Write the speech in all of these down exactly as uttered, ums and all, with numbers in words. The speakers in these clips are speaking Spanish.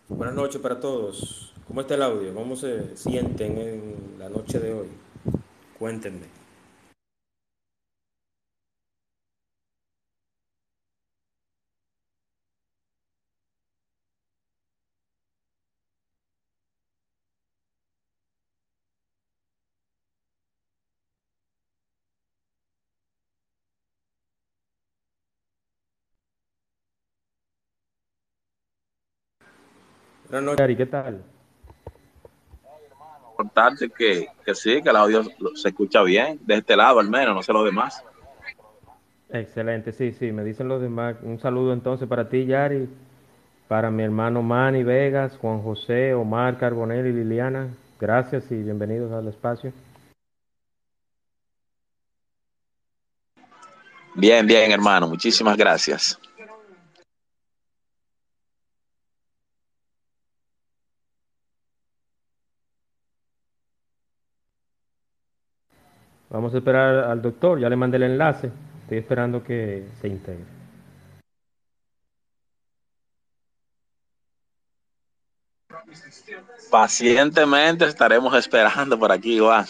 Buenas noches para todos. ¿Cómo está el audio? ¿Cómo se sienten en la noche de hoy? Cuéntenme. Buenas noches, Ari, ¿qué tal? Contarte que, que sí, que el audio se escucha bien, de este lado al menos, no sé los demás. Excelente, sí, sí, me dicen los demás. Un saludo entonces para ti, Yari, para mi hermano Manny Vegas, Juan José, Omar Carbonell y Liliana. Gracias y bienvenidos al espacio. Bien, bien, hermano, muchísimas gracias. Vamos a esperar al doctor, ya le mandé el enlace. Estoy esperando que se integre. Pacientemente estaremos esperando por aquí, Iván.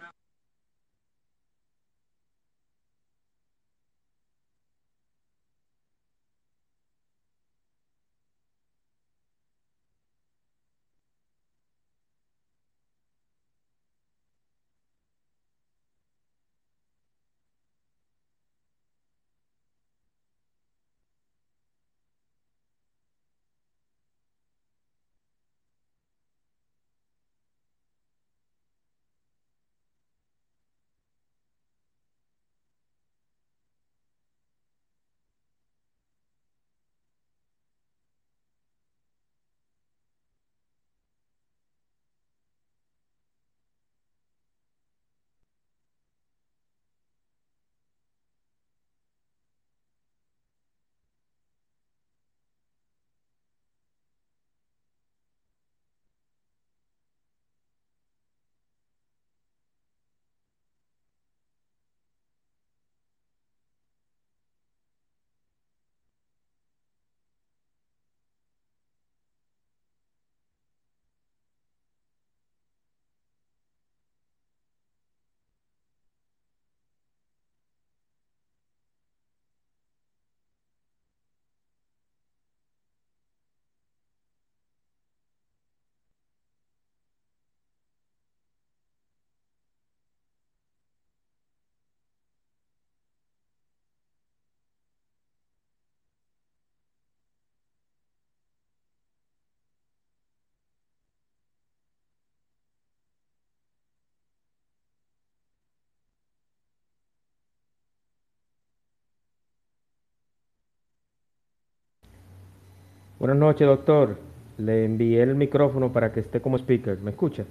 Buenas noches, doctor. Le envié el micrófono para que esté como speaker. ¿Me escucha?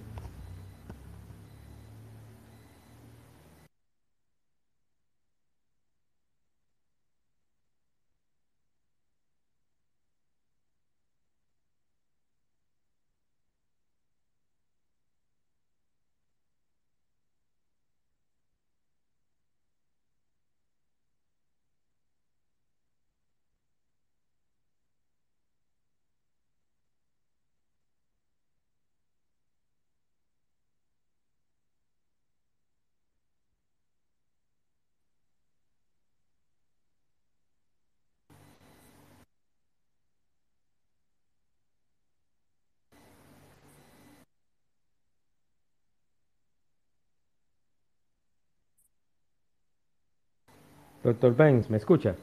Doctor Benz, ¿me escucha?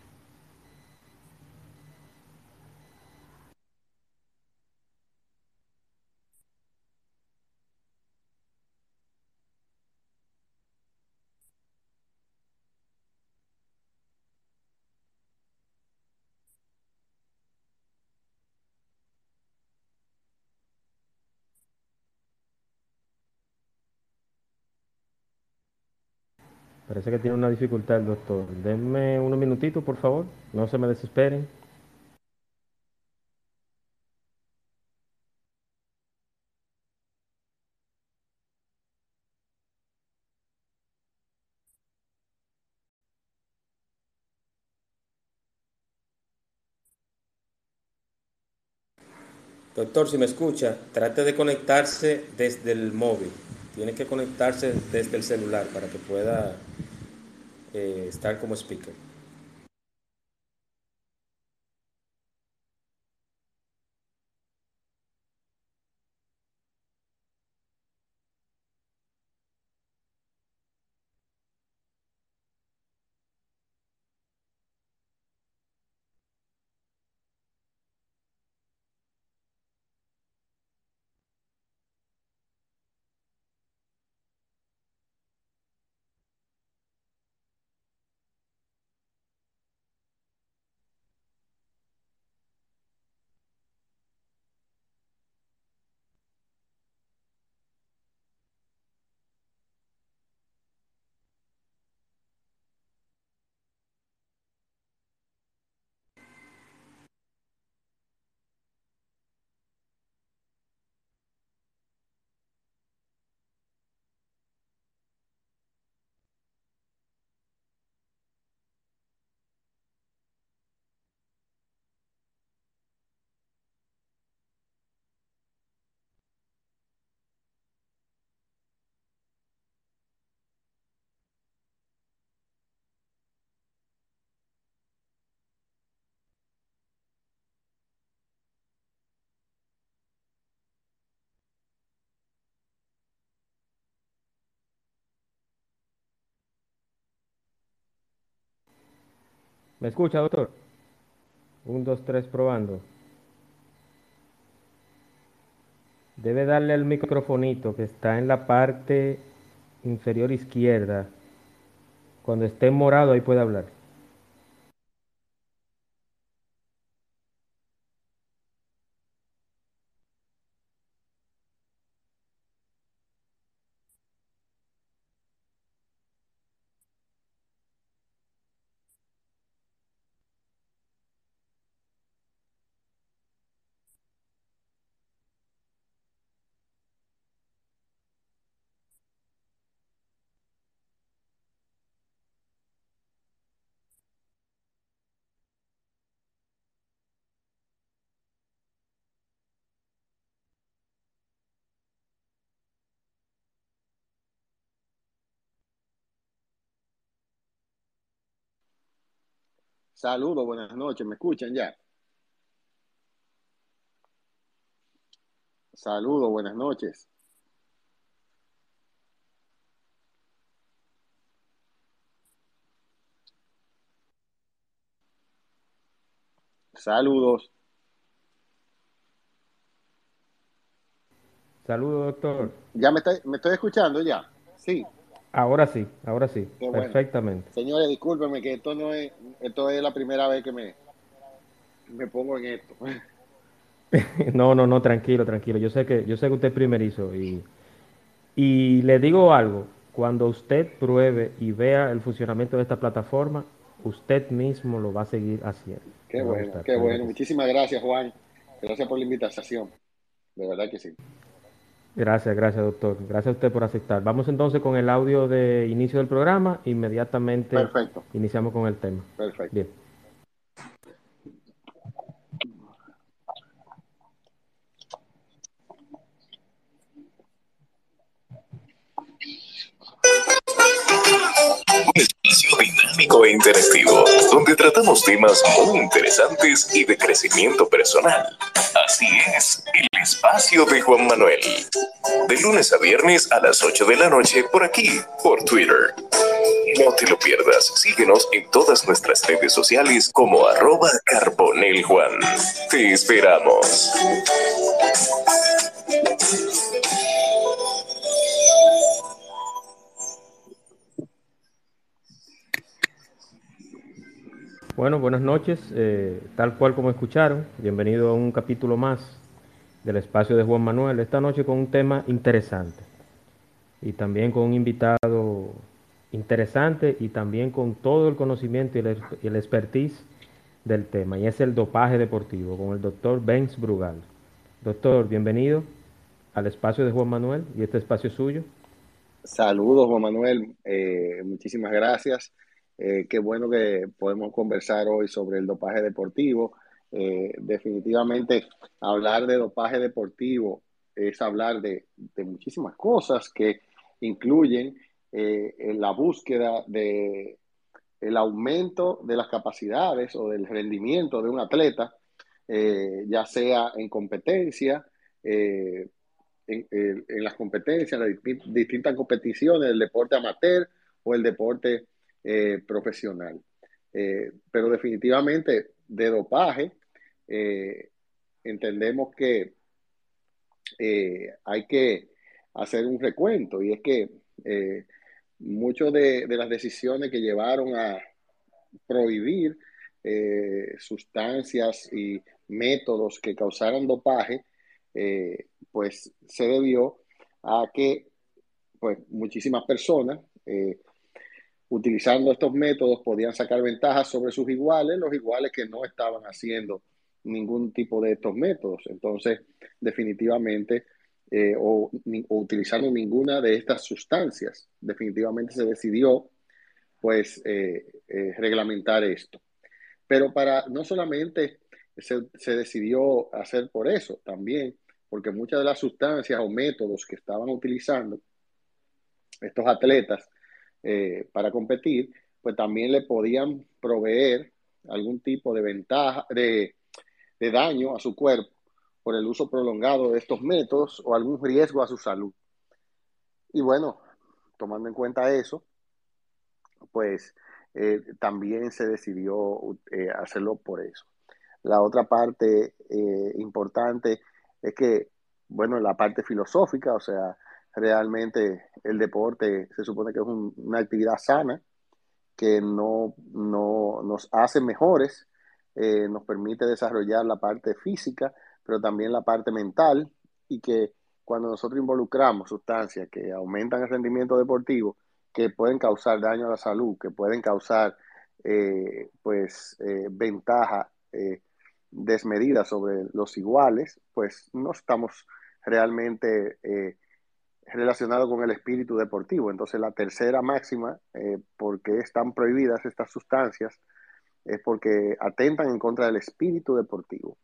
Parece que tiene una dificultad el doctor. Denme unos minutitos, por favor. No se me desesperen. Doctor, si me escucha, trate de conectarse desde el móvil. Tiene que conectarse desde el celular para que pueda eh, estar como speaker. ¿Me escucha, doctor? Un, dos, tres, probando. Debe darle al microfonito que está en la parte inferior izquierda. Cuando esté en morado, ahí puede hablar. Saludos, buenas noches, ¿me escuchan ya? Saludos, buenas noches. Saludos. Saludos, doctor. ¿Ya me, está- me estoy escuchando ya? Sí, Ahora sí, ahora sí, qué bueno. perfectamente. Señores, discúlpenme que esto no es, esto es la primera vez que me, me pongo en esto. No, no, no, tranquilo, tranquilo. Yo sé que, yo sé que usted es primerizo y, y le digo algo. Cuando usted pruebe y vea el funcionamiento de esta plataforma, usted mismo lo va a seguir haciendo. Qué Le va a bueno, gustar, qué de verdad bueno. que sí. Muchísimas gracias, Juan. Gracias por la invitación. De verdad que sí. Gracias, gracias, doctor. Gracias a usted por aceptar. Vamos entonces con el audio de inicio del programa. Inmediatamente Perfecto, iniciamos con el tema. perfecto. Bien. Espacio dinámico e interactivo, donde tratamos temas muy interesantes y de crecimiento personal. Así es, el espacio de Juan Manuel. De lunes a viernes a las ocho de la noche por aquí, por Twitter. No te lo pierdas, síguenos en todas nuestras redes sociales como arroba carboneljuan. Te esperamos. Bueno, buenas noches. Eh, tal cual como escucharon, bienvenido a un capítulo más del espacio de Juan Manuel. Esta noche con un tema interesante y también con un invitado interesante y también con todo el conocimiento y el, ex- y el expertise del tema, y es el dopaje deportivo con el doctor Benz Brugal. Doctor, bienvenido al espacio de Juan Manuel y este espacio es suyo. Saludos, Juan Manuel. Eh, muchísimas gracias. Eh, qué bueno que podemos conversar hoy sobre el dopaje deportivo. Eh, definitivamente hablar de dopaje deportivo es hablar de, de muchísimas cosas que incluyen eh, en la búsqueda de el aumento de las capacidades o del rendimiento de un atleta, eh, ya sea en competencia, eh, en, en, en, las competencias, en las distintas competiciones, el deporte amateur o el deporte eh, profesional. Eh, pero definitivamente de dopaje, eh, entendemos que eh, hay que hacer un recuento, y es que eh, muchas de, de las decisiones que llevaron a prohibir eh, sustancias y métodos que causaran dopaje, eh, pues se debió a que pues, muchísimas personas eh, utilizando estos métodos podían sacar ventajas sobre sus iguales, los iguales que no estaban haciendo ningún tipo de estos métodos. Entonces, definitivamente, eh, o, ni, o utilizando ninguna de estas sustancias, definitivamente se decidió pues eh, eh, reglamentar esto. Pero para no solamente se, se decidió hacer por eso, también porque muchas de las sustancias o métodos que estaban utilizando estos atletas eh, para competir, pues también le podían proveer algún tipo de ventaja, de, de daño a su cuerpo por el uso prolongado de estos métodos o algún riesgo a su salud. Y bueno, tomando en cuenta eso, pues eh, también se decidió eh, hacerlo por eso. La otra parte eh, importante es que, bueno, la parte filosófica, o sea, realmente el deporte se supone que es un, una actividad sana que no, no nos hace mejores, eh, nos permite desarrollar la parte física, pero también la parte mental, y que cuando nosotros involucramos sustancias que aumentan el rendimiento deportivo, que pueden causar daño a la salud, que pueden causar eh, pues eh, ventaja eh, desmedida sobre los iguales, pues no estamos realmente eh, relacionado con el espíritu deportivo. Entonces, la tercera máxima, eh, porque están prohibidas estas sustancias, es porque atentan en contra del espíritu deportivo.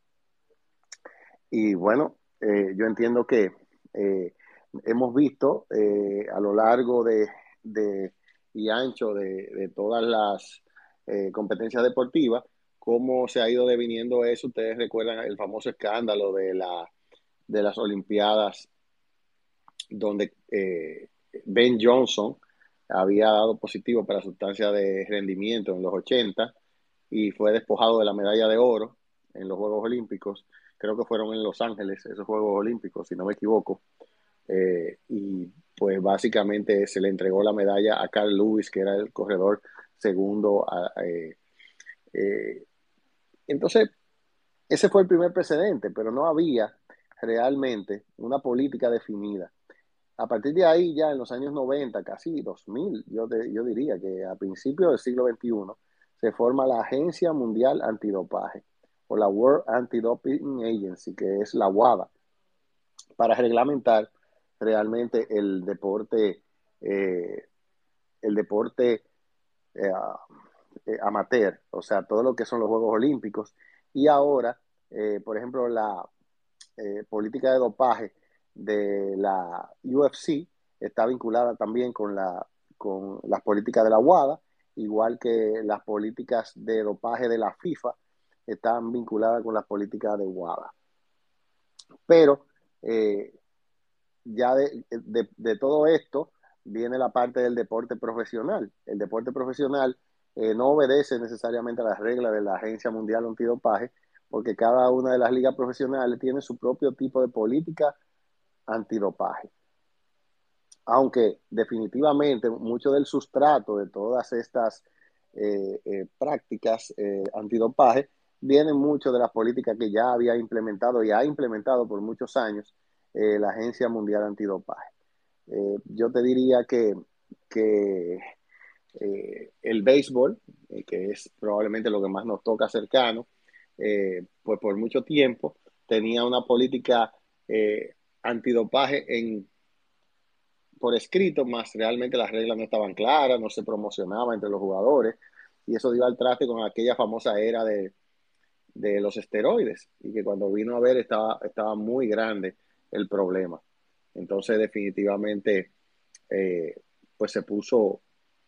Y bueno, eh, yo entiendo que eh, hemos visto eh, a lo largo de, de y ancho de, de todas las eh, competencias deportivas cómo se ha ido deviniendo eso. Ustedes recuerdan el famoso escándalo de, la, de las Olimpiadas donde eh, Ben Johnson había dado positivo para sustancia de rendimiento en los ochenta y fue despojado de la medalla de oro en los Juegos Olímpicos. Creo que fueron en Los Ángeles esos Juegos Olímpicos, si no me equivoco. Eh, y pues básicamente se le entregó la medalla a Carl Lewis, que era el corredor segundo. A, eh, eh, entonces, ese fue el primer precedente, pero no había realmente una política definida. A partir de ahí, ya en los años noventa, casi dos mil, yo, te, yo diría que a principios del siglo veintiuno, se forma la Agencia Mundial Antidopaje, o la World Anti-Doping Agency, que es la WADA, para reglamentar realmente el deporte, eh, el deporte eh, eh, amateur, o sea, todo lo que son los Juegos Olímpicos. Y ahora, eh, por ejemplo, la eh, política de dopaje de la U F C está vinculada también con, la, con las políticas de la WADA, igual que las políticas de dopaje de la FIFA están vinculadas con las políticas de WADA. Pero eh, ya de, de, de todo esto viene la parte del deporte profesional. El deporte profesional eh, no obedece necesariamente a las reglas de la Agencia Mundial Antidopaje, porque cada una de las ligas profesionales tiene su propio tipo de política antidopaje. Aunque definitivamente mucho del sustrato de todas estas eh, eh, prácticas eh, antidopaje viene mucho de las políticas que ya había implementado y ha implementado por muchos años eh, la Agencia Mundial Antidopaje. Eh, yo te diría que, que eh, el béisbol, eh, que es probablemente lo que más nos toca cercano, eh, pues por mucho tiempo tenía una política eh, antidopaje en, por escrito, más realmente las reglas no estaban claras, no se promocionaba entre los jugadores, y eso dio al traste con aquella famosa era de, de los esteroides y que cuando vino a ver estaba, estaba muy grande el problema. Entonces definitivamente eh, pues se puso,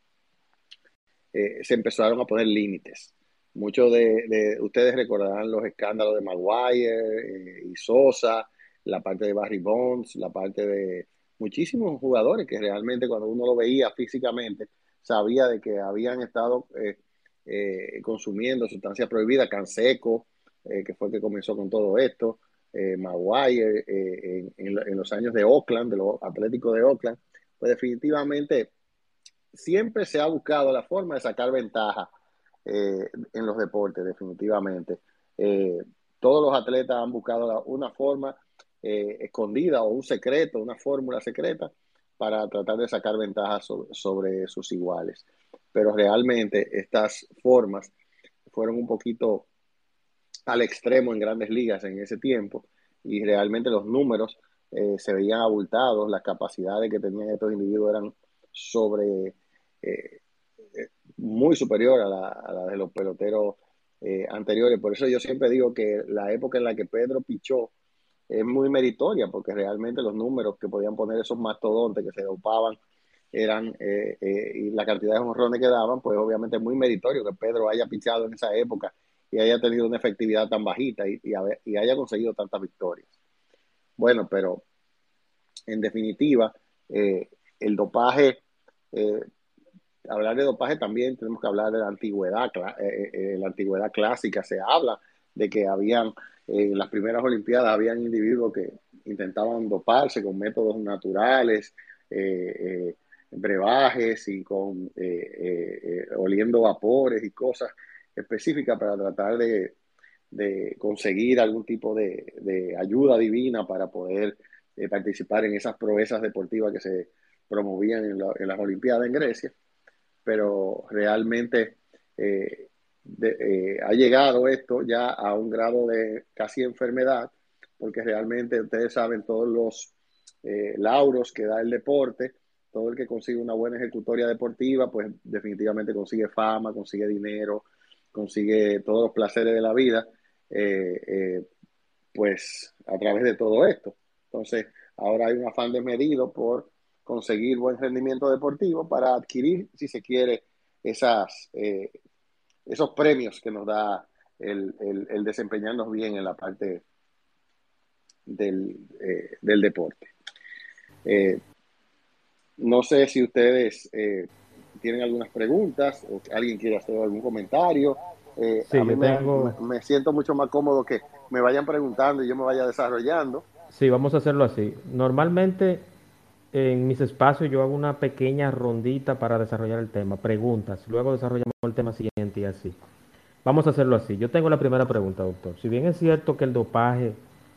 eh, se empezaron a poner límites. Muchos de, de ustedes recordarán los escándalos de Maguire eh, y Sosa, la parte de Barry Bonds, la parte de muchísimos jugadores que realmente cuando uno lo veía físicamente sabía de que habían estado eh, eh, consumiendo sustancias prohibidas. Canseco, eh, que fue el que comenzó con todo esto, eh, Maguire, eh, en, en, en los años de Oakland, de los Atléticos de Oakland, pues definitivamente siempre se ha buscado la forma de sacar ventaja eh, en los deportes, definitivamente. Eh, todos los atletas han buscado la, una forma eh, escondida o un secreto, una fórmula secreta para tratar de sacar ventaja sobre, sobre sus iguales. Pero realmente estas formas fueron un poquito al extremo en grandes ligas en ese tiempo y realmente los números eh, se veían abultados, las capacidades que tenían estos individuos eran sobre eh, eh, muy superior a la, a la de los peloteros eh, anteriores. Por eso yo siempre digo que la época en la que Pedro pichó es muy meritoria, porque realmente los números que podían poner esos mastodontes que se dopaban eran, eh, eh, y la cantidad de jonrones que daban, pues obviamente es muy meritorio que Pedro haya pichado en esa época y haya tenido una efectividad tan bajita y, y, haber, y haya conseguido tantas victorias. Bueno, pero en definitiva, eh, el dopaje, eh, hablar de dopaje también tenemos que hablar de la antigüedad, eh, eh, la antigüedad clásica. Se habla de que habían, eh, en las primeras Olimpiadas, habían individuos que intentaban doparse con métodos naturales, eh, eh, brebajes y con eh, eh, eh, oliendo vapores y cosas específicas para tratar de, de conseguir algún tipo de, de ayuda divina para poder eh, participar en esas proezas deportivas que se promovían en, la, en las Olimpiadas en Grecia. Pero realmente eh, de, eh, ha llegado esto ya a un grado de casi enfermedad, porque realmente ustedes saben todos los eh, lauros que da el deporte. Todo el que consigue una buena ejecutoria deportiva, pues definitivamente consigue fama, consigue dinero, consigue todos los placeres de la vida, eh, eh, pues a través de todo esto. Entonces, ahora hay un afán desmedido por conseguir buen rendimiento deportivo para adquirir, si se quiere, esas, eh, esos premios que nos da el, el, el, desempeñarnos bien en la parte del, eh, del deporte. Eh, no sé si ustedes eh, tienen algunas preguntas o alguien quiere hacer algún comentario. Eh, Sí, a mí yo me, tengo... me, me siento mucho más cómodo que me vayan preguntando y yo me vaya desarrollando. Sí, vamos a hacerlo así. Normalmente en mis espacios yo hago una pequeña rondita para desarrollar el tema, preguntas, luego desarrollamos el tema siguiente y así. Vamos a hacerlo así. Yo tengo la primera pregunta, doctor. Si bien es cierto que el dopaje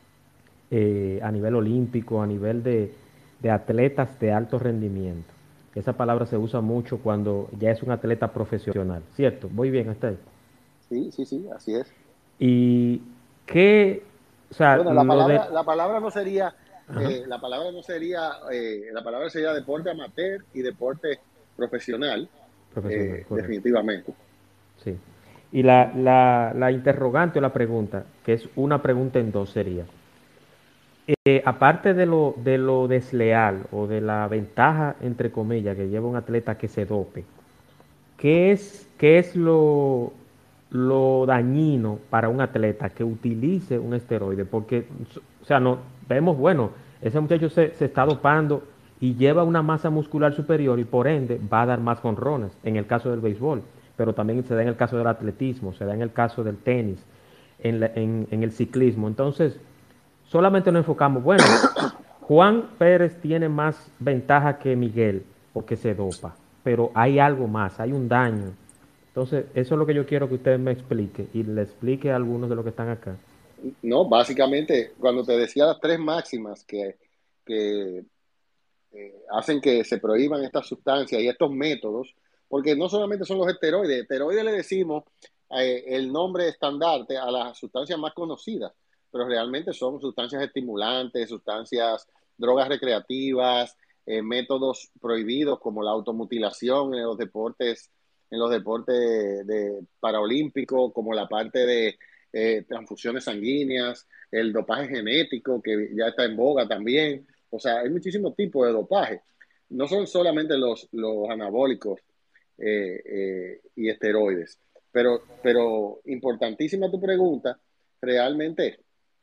eh, a nivel olímpico, a nivel de, de atletas de alto rendimiento, esa palabra se usa mucho cuando ya es un atleta profesional, ¿cierto? Voy bien hasta ahí. Sí, sí, sí, así es. ¿Y qué, o sea, Bueno, la lo de... palabra, la palabra no sería, Ajá, eh, la palabra no sería, eh, la palabra sería deporte amateur y deporte profesional, profesional, eh, correcto. definitivamente. Sí. Y la, la, la interrogante o la pregunta, que es una pregunta en dos, sería, eh, aparte de lo, de lo desleal o de la ventaja, entre comillas, que lleva un atleta que se dope, ¿qué es, qué es lo, lo dañino para un atleta que utilice un esteroide? Porque, o sea, no, vemos, bueno, ese muchacho se, se está dopando y lleva una masa muscular superior y por ende va a dar más jonrones en el caso del béisbol, pero también se da en el caso del atletismo, se da en el caso del tenis, en, la- en, en el ciclismo. Entonces, solamente nos enfocamos, bueno, Juan Pérez tiene más ventaja que Miguel porque se dopa, pero hay algo más, hay un daño. Entonces, eso es lo que yo quiero que usted me explique y le explique a algunos de los que están acá. No, básicamente, cuando te decía las tres máximas que, que eh, hacen que se prohíban estas sustancias y estos métodos, porque no solamente son los esteroides, esteroides le decimos eh, el nombre estandarte a las sustancias más conocidas, pero realmente son sustancias estimulantes, sustancias, drogas recreativas, eh, métodos prohibidos como la automutilación en los deportes, en los deportes de, de paraolímpicos, como la parte de eh, transfusiones sanguíneas, el dopaje genético que ya está en boga también. O sea, hay muchísimos tipos de dopaje. No son solamente los, los anabólicos eh, eh, y esteroides. Pero, pero importantísima tu pregunta. Realmente,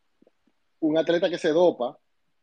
un atleta que se dopa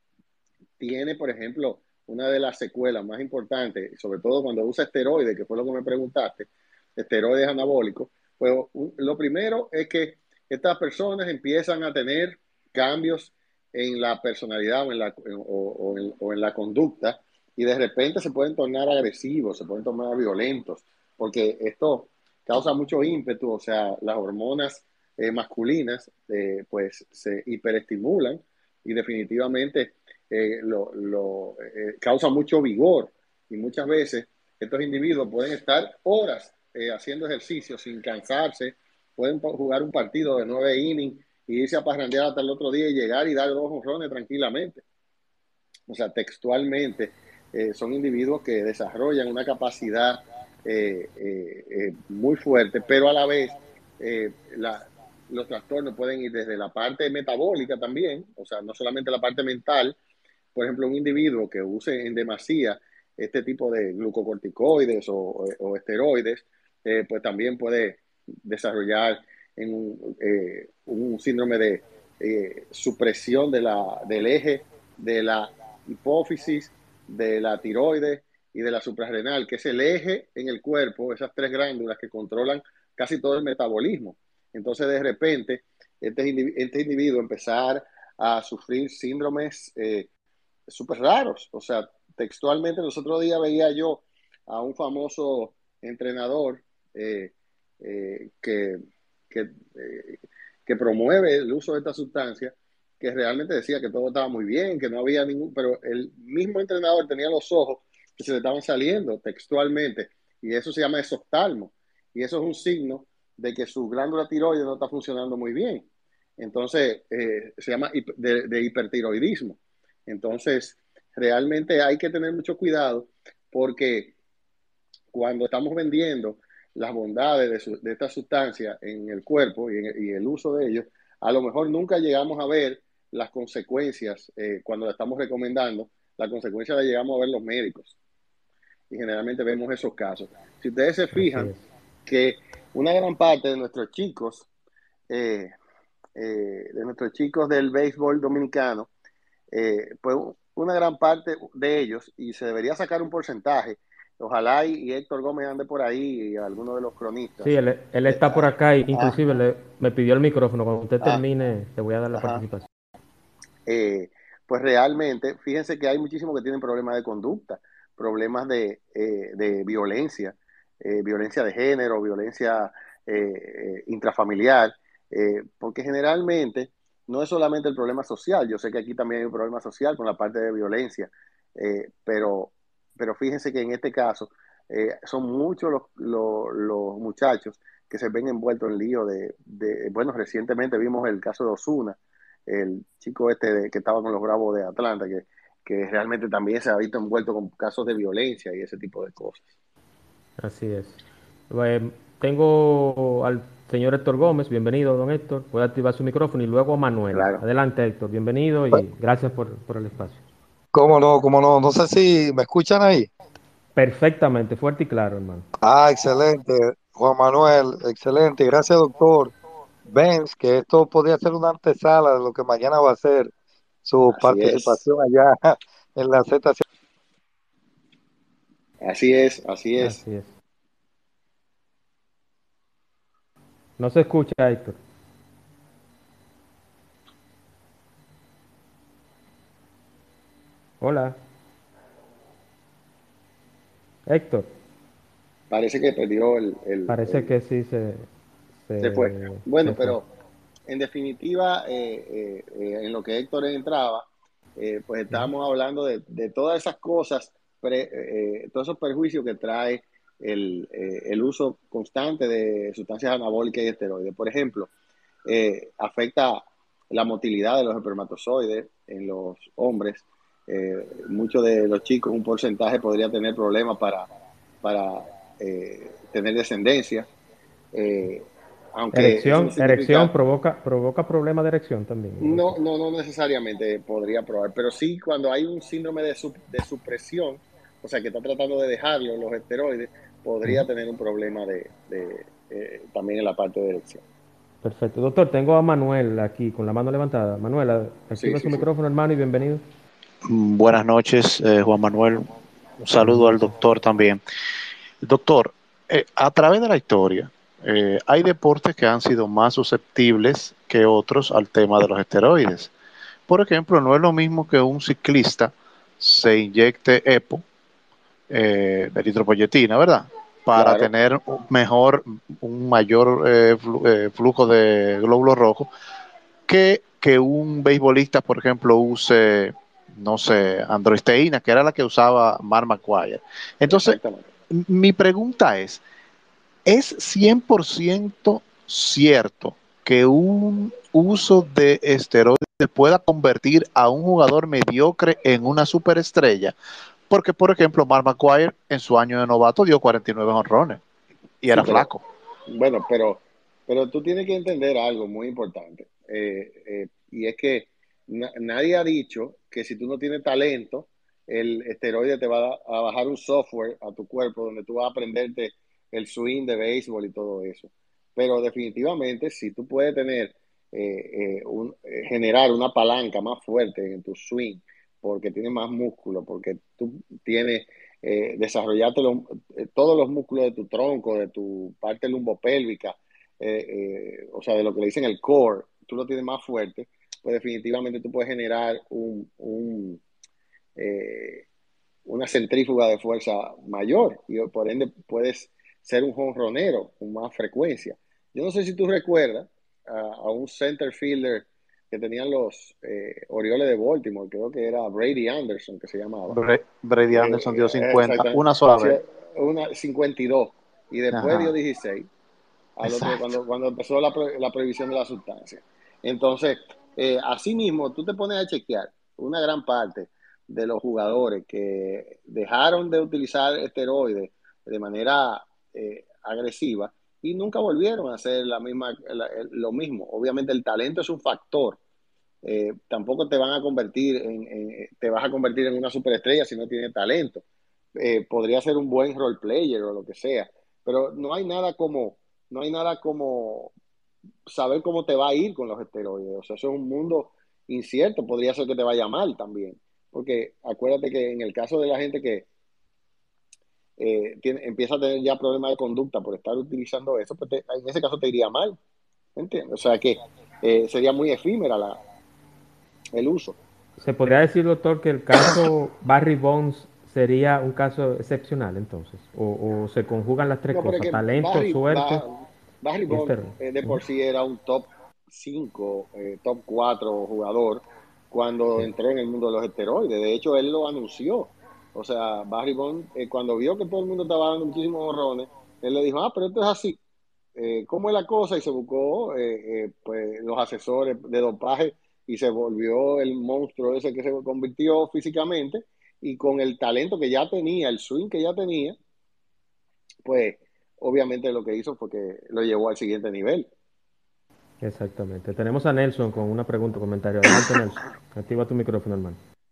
tiene, por ejemplo, una de las secuelas más importantes, sobre todo cuando usa esteroides, que fue lo que me preguntaste, esteroides anabólicos. Pues un, lo primero es que estas personas empiezan a tener cambios en la personalidad o en la, en, o, o, en, o en la conducta, y de repente se pueden tornar agresivos, se pueden tornar violentos, porque esto causa mucho ímpetu. O sea, las hormonas eh, masculinas eh, pues se hiperestimulan y definitivamente eh, lo, lo eh, causa mucho vigor, y muchas veces estos individuos pueden estar horas eh, haciendo ejercicio sin cansarse, pueden jugar un partido de nueve innings y irse a parrandear hasta el otro día y llegar y dar dos jonrones tranquilamente. O sea, textualmente eh, son individuos que desarrollan una capacidad eh, eh, eh, muy fuerte, pero a la vez eh, la, los trastornos pueden ir desde la parte metabólica también, o sea, no solamente la parte mental. Por ejemplo, un individuo que use en demasía este tipo de glucocorticoides o, o esteroides, eh, pues también puede desarrollar en un, eh, un síndrome de eh, supresión de la, del eje de la hipófisis, de la tiroides y de la suprarrenal, que es el eje en el cuerpo, esas tres glándulas que controlan casi todo el metabolismo. Entonces, de repente, este, este individuo empezar a sufrir síndromes eh, súper raros. O sea, textualmente, los otros días veía yo a un famoso entrenador eh, eh, que, que, eh, que promueve el uso de esta sustancia, que realmente decía que todo estaba muy bien, que no había ningún, pero el mismo entrenador tenía los ojos que se le estaban saliendo textualmente, y eso se llama exoftalmo, y eso es un signo de que su glándula tiroides no está funcionando muy bien. Entonces, eh, se llama de, de hipertiroidismo. Entonces, realmente hay que tener mucho cuidado, porque cuando estamos vendiendo las bondades de, su, de esta sustancia en el cuerpo y, en, y el uso de ellos, a lo mejor nunca llegamos a ver las consecuencias eh, cuando la estamos recomendando. La consecuencia la llegamos a ver los médicos, y generalmente vemos esos casos. Si ustedes se fijan que una gran parte de nuestros chicos, eh, eh, de nuestros chicos del béisbol dominicano, eh, pues una gran parte de ellos, y se debería sacar un porcentaje, ojalá y, y Héctor Gómez ande por ahí y alguno de los cronistas. Sí, él, él Eh, está por ah, acá, y ah, inclusive le, me pidió el micrófono. Cuando usted ah, termine, le voy a dar la ajá. participación. Eh, pues realmente, fíjense que hay muchísimos que tienen problemas de conducta, problemas de, eh, de violencia, eh, violencia de género, violencia eh, eh, intrafamiliar, eh, porque generalmente no es solamente el problema social. Yo sé que aquí también hay un problema social con la parte de violencia, eh, pero, pero fíjense que en este caso eh, son muchos los, los, los muchachos que se ven envueltos en lío de, de, bueno, recientemente vimos el caso de Ozuna, el chico este de, que estaba con los Bravos de Atlanta, que, que realmente también se ha visto envuelto con casos de violencia y ese tipo de cosas. Así es. Bueno, tengo al señor Héctor Gómez. Bienvenido, don Héctor. Puede activar su micrófono, y luego a Manuel. Claro. Adelante, Héctor. Bienvenido Pues, y gracias por, por el espacio. ¿cómo no? ¿Cómo no? No sé si me escuchan ahí. Perfectamente, fuerte y claro, hermano. Ah, excelente. Juan Manuel, excelente. Gracias, doctor Benz, que esto podría ser una antesala de lo que mañana va a ser su Así es. participación allá en la Z. Así es, así es. Así es. No se escucha, Héctor. Hola. Héctor. Parece que perdió el... el, Parece el que sí se, se, se fue. Bueno, se fue. pero en definitiva, eh, eh, eh, en lo que Héctor entraba, eh, pues estábamos hablando de, de todas esas cosas, pre, eh, todos esos perjuicios que trae el, eh, el uso constante de sustancias anabólicas y esteroides. Por ejemplo, eh, afecta la motilidad de los espermatozoides en los hombres. Eh, muchos de los chicos, un porcentaje podría tener problemas para, para eh, tener descendencia. Eh, aunque eso no Erección, erección significa, provoca, provoca problemas de erección también. no, no, no necesariamente podría probar, pero sí cuando hay un síndrome de, su, de supresión, o sea, que está tratando de dejarlo, los esteroides, podría Ujú. tener un problema de, de eh, también en la parte de erección. Perfecto. Doctor, tengo a Manuel aquí con la mano levantada. Manuel, a- Sí, activa su sí, sí. micrófono, hermano, y bienvenido. Buenas noches, eh, Juan Manuel. Un Buenas saludo al noches. doctor también. Doctor, eh, a través de la historia, eh, hay deportes que han sido más susceptibles que otros al tema de los esteroides. Por ejemplo, no es lo mismo que un ciclista se inyecte EPO, eh, eritropoyetina, ¿verdad? Para Claro, tener un mejor, un mayor eh, flu- eh, flujo de glóbulos rojos, que, que un beisbolista, por ejemplo, use, no sé, androisteína, que era la que usaba Mark McGwire. Entonces, exactamente. mi pregunta es, ¿es cien por ciento cierto que un uso de esteroides pueda convertir a un jugador mediocre en una superestrella? Porque, por ejemplo, Mark McGwire en su año de novato dio cuarenta y nueve honrones y Sí, era pero, flaco. bueno, pero, pero tú tienes que entender algo muy importante, eh, eh, y es que na- nadie ha dicho que si tú no tienes talento, el esteroide te va a, a bajar un software a tu cuerpo donde tú vas a aprenderte el swing de béisbol y todo eso. Pero definitivamente, si tú puedes tener, eh, eh, un, eh, generar una palanca más fuerte en tu swing, porque tienes más músculo, porque tú tienes eh, desarrollarte los, eh, todos los músculos de tu tronco, de tu parte lumbopélvica, eh, eh, o sea, de lo que le dicen el core, tú lo tienes más fuerte, pues definitivamente tú puedes generar un, un, eh, una centrífuga de fuerza mayor y por ende puedes ser un jonronero con más frecuencia. Yo no sé si tú recuerdas a, a un center fielder que tenían los eh, Orioles de Baltimore, creo que era Brady Anderson, que se llamaba. Brady Anderson Eh, dio cincuenta exactamente, una sola sí, vez. una cincuenta y dos y después dio Ajá, dieciséis al otro exacto. cuando, cuando empezó la, la prohibición de la sustancia. Entonces, eh, así mismo, tú te pones a chequear una gran parte de los jugadores que dejaron de utilizar esteroides de manera eh, agresiva y nunca volvieron a hacer la misma, la, lo mismo. Obviamente el talento es un factor. Eh, tampoco te van a convertir en, en, te vas a convertir en una superestrella si no tienes talento. Eh, podría ser un buen role player o lo que sea, pero no hay nada como, no hay nada como saber cómo te va a ir con los esteroides. O sea, eso es un mundo incierto. Podría ser que te vaya mal también. Porque acuérdate que en el caso de la gente que eh, tiene, empieza a tener ya problemas de conducta por estar utilizando eso, pues te, en ese caso te iría mal. ¿Entiendes? O sea que eh, sería muy efímera la, el uso. ¿Se podría decir, doctor, que el caso Barry Bonds sería un caso excepcional entonces? ¿O, o se conjugan las tres No, pero es cosas? que Talento, Barry, suerte Barry y Bond esteroide. eh, de Ujú. por sí era un top cinco, eh, top cuatro jugador cuando Sí. entró en el mundo de los esteroides. De hecho, él lo anunció. O sea, Barry Bond, eh, cuando vio que todo el mundo estaba dando muchísimos horrones, él le dijo, ah, pero esto es así. Eh, ¿cómo es la cosa? Y se buscó eh, eh, pues, los asesores de dopaje y se volvió el monstruo ese que se convirtió físicamente y con el talento que ya tenía, el swing que ya tenía, pues obviamente lo que hizo fue que lo llevó al siguiente nivel. Exactamente. Tenemos a Nelson con una pregunta o comentario. Adelante, Nelson. Activa tu micrófono, hermano.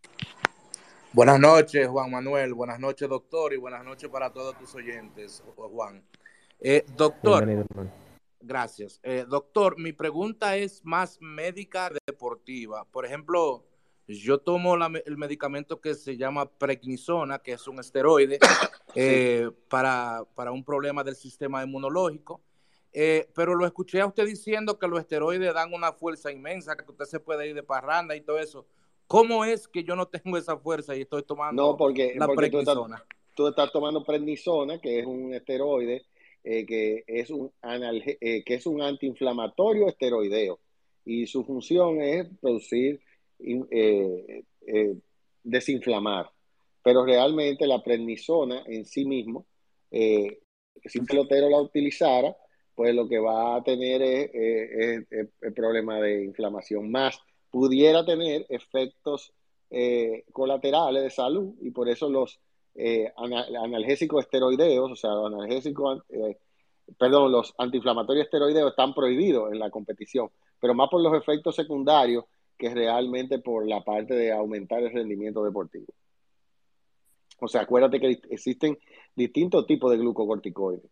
Buenas noches, Juan Manuel. Buenas noches, doctor. Y buenas noches para todos tus oyentes, Juan. Eh, doctor, Bienvenido, hermano. gracias. Eh, doctor, mi pregunta es más médica deportiva. Por ejemplo, yo tomo la, el medicamento que se llama prednisona, que es un esteroide, Sí. eh, para, para un problema del sistema inmunológico. Eh, pero lo escuché a usted diciendo que los esteroides dan una fuerza inmensa, que usted se puede ir de parranda y todo eso. ¿Cómo es que yo no tengo esa fuerza y estoy No, tomando porque, la porque tú, estás, prednisona? tú estás tomando prednisona, que es un esteroide, eh, que, es un analge, eh, que es un antiinflamatorio esteroideo. Y su función es producir, eh, eh, desinflamar. Pero realmente la prednisona en sí mismo, eh, si un pelotero la utilizara, pues lo que va a tener es, es, es, es el problema de inflamación más. Pudiera tener efectos eh, colaterales de salud y por eso los eh, analgésicos esteroideos, o sea, los analgésicos eh, perdón, los antiinflamatorios esteroideos están prohibidos en la competición, pero más por los efectos secundarios que realmente por la parte de aumentar el rendimiento deportivo. O sea, acuérdate que existen distintos tipos de glucocorticoides.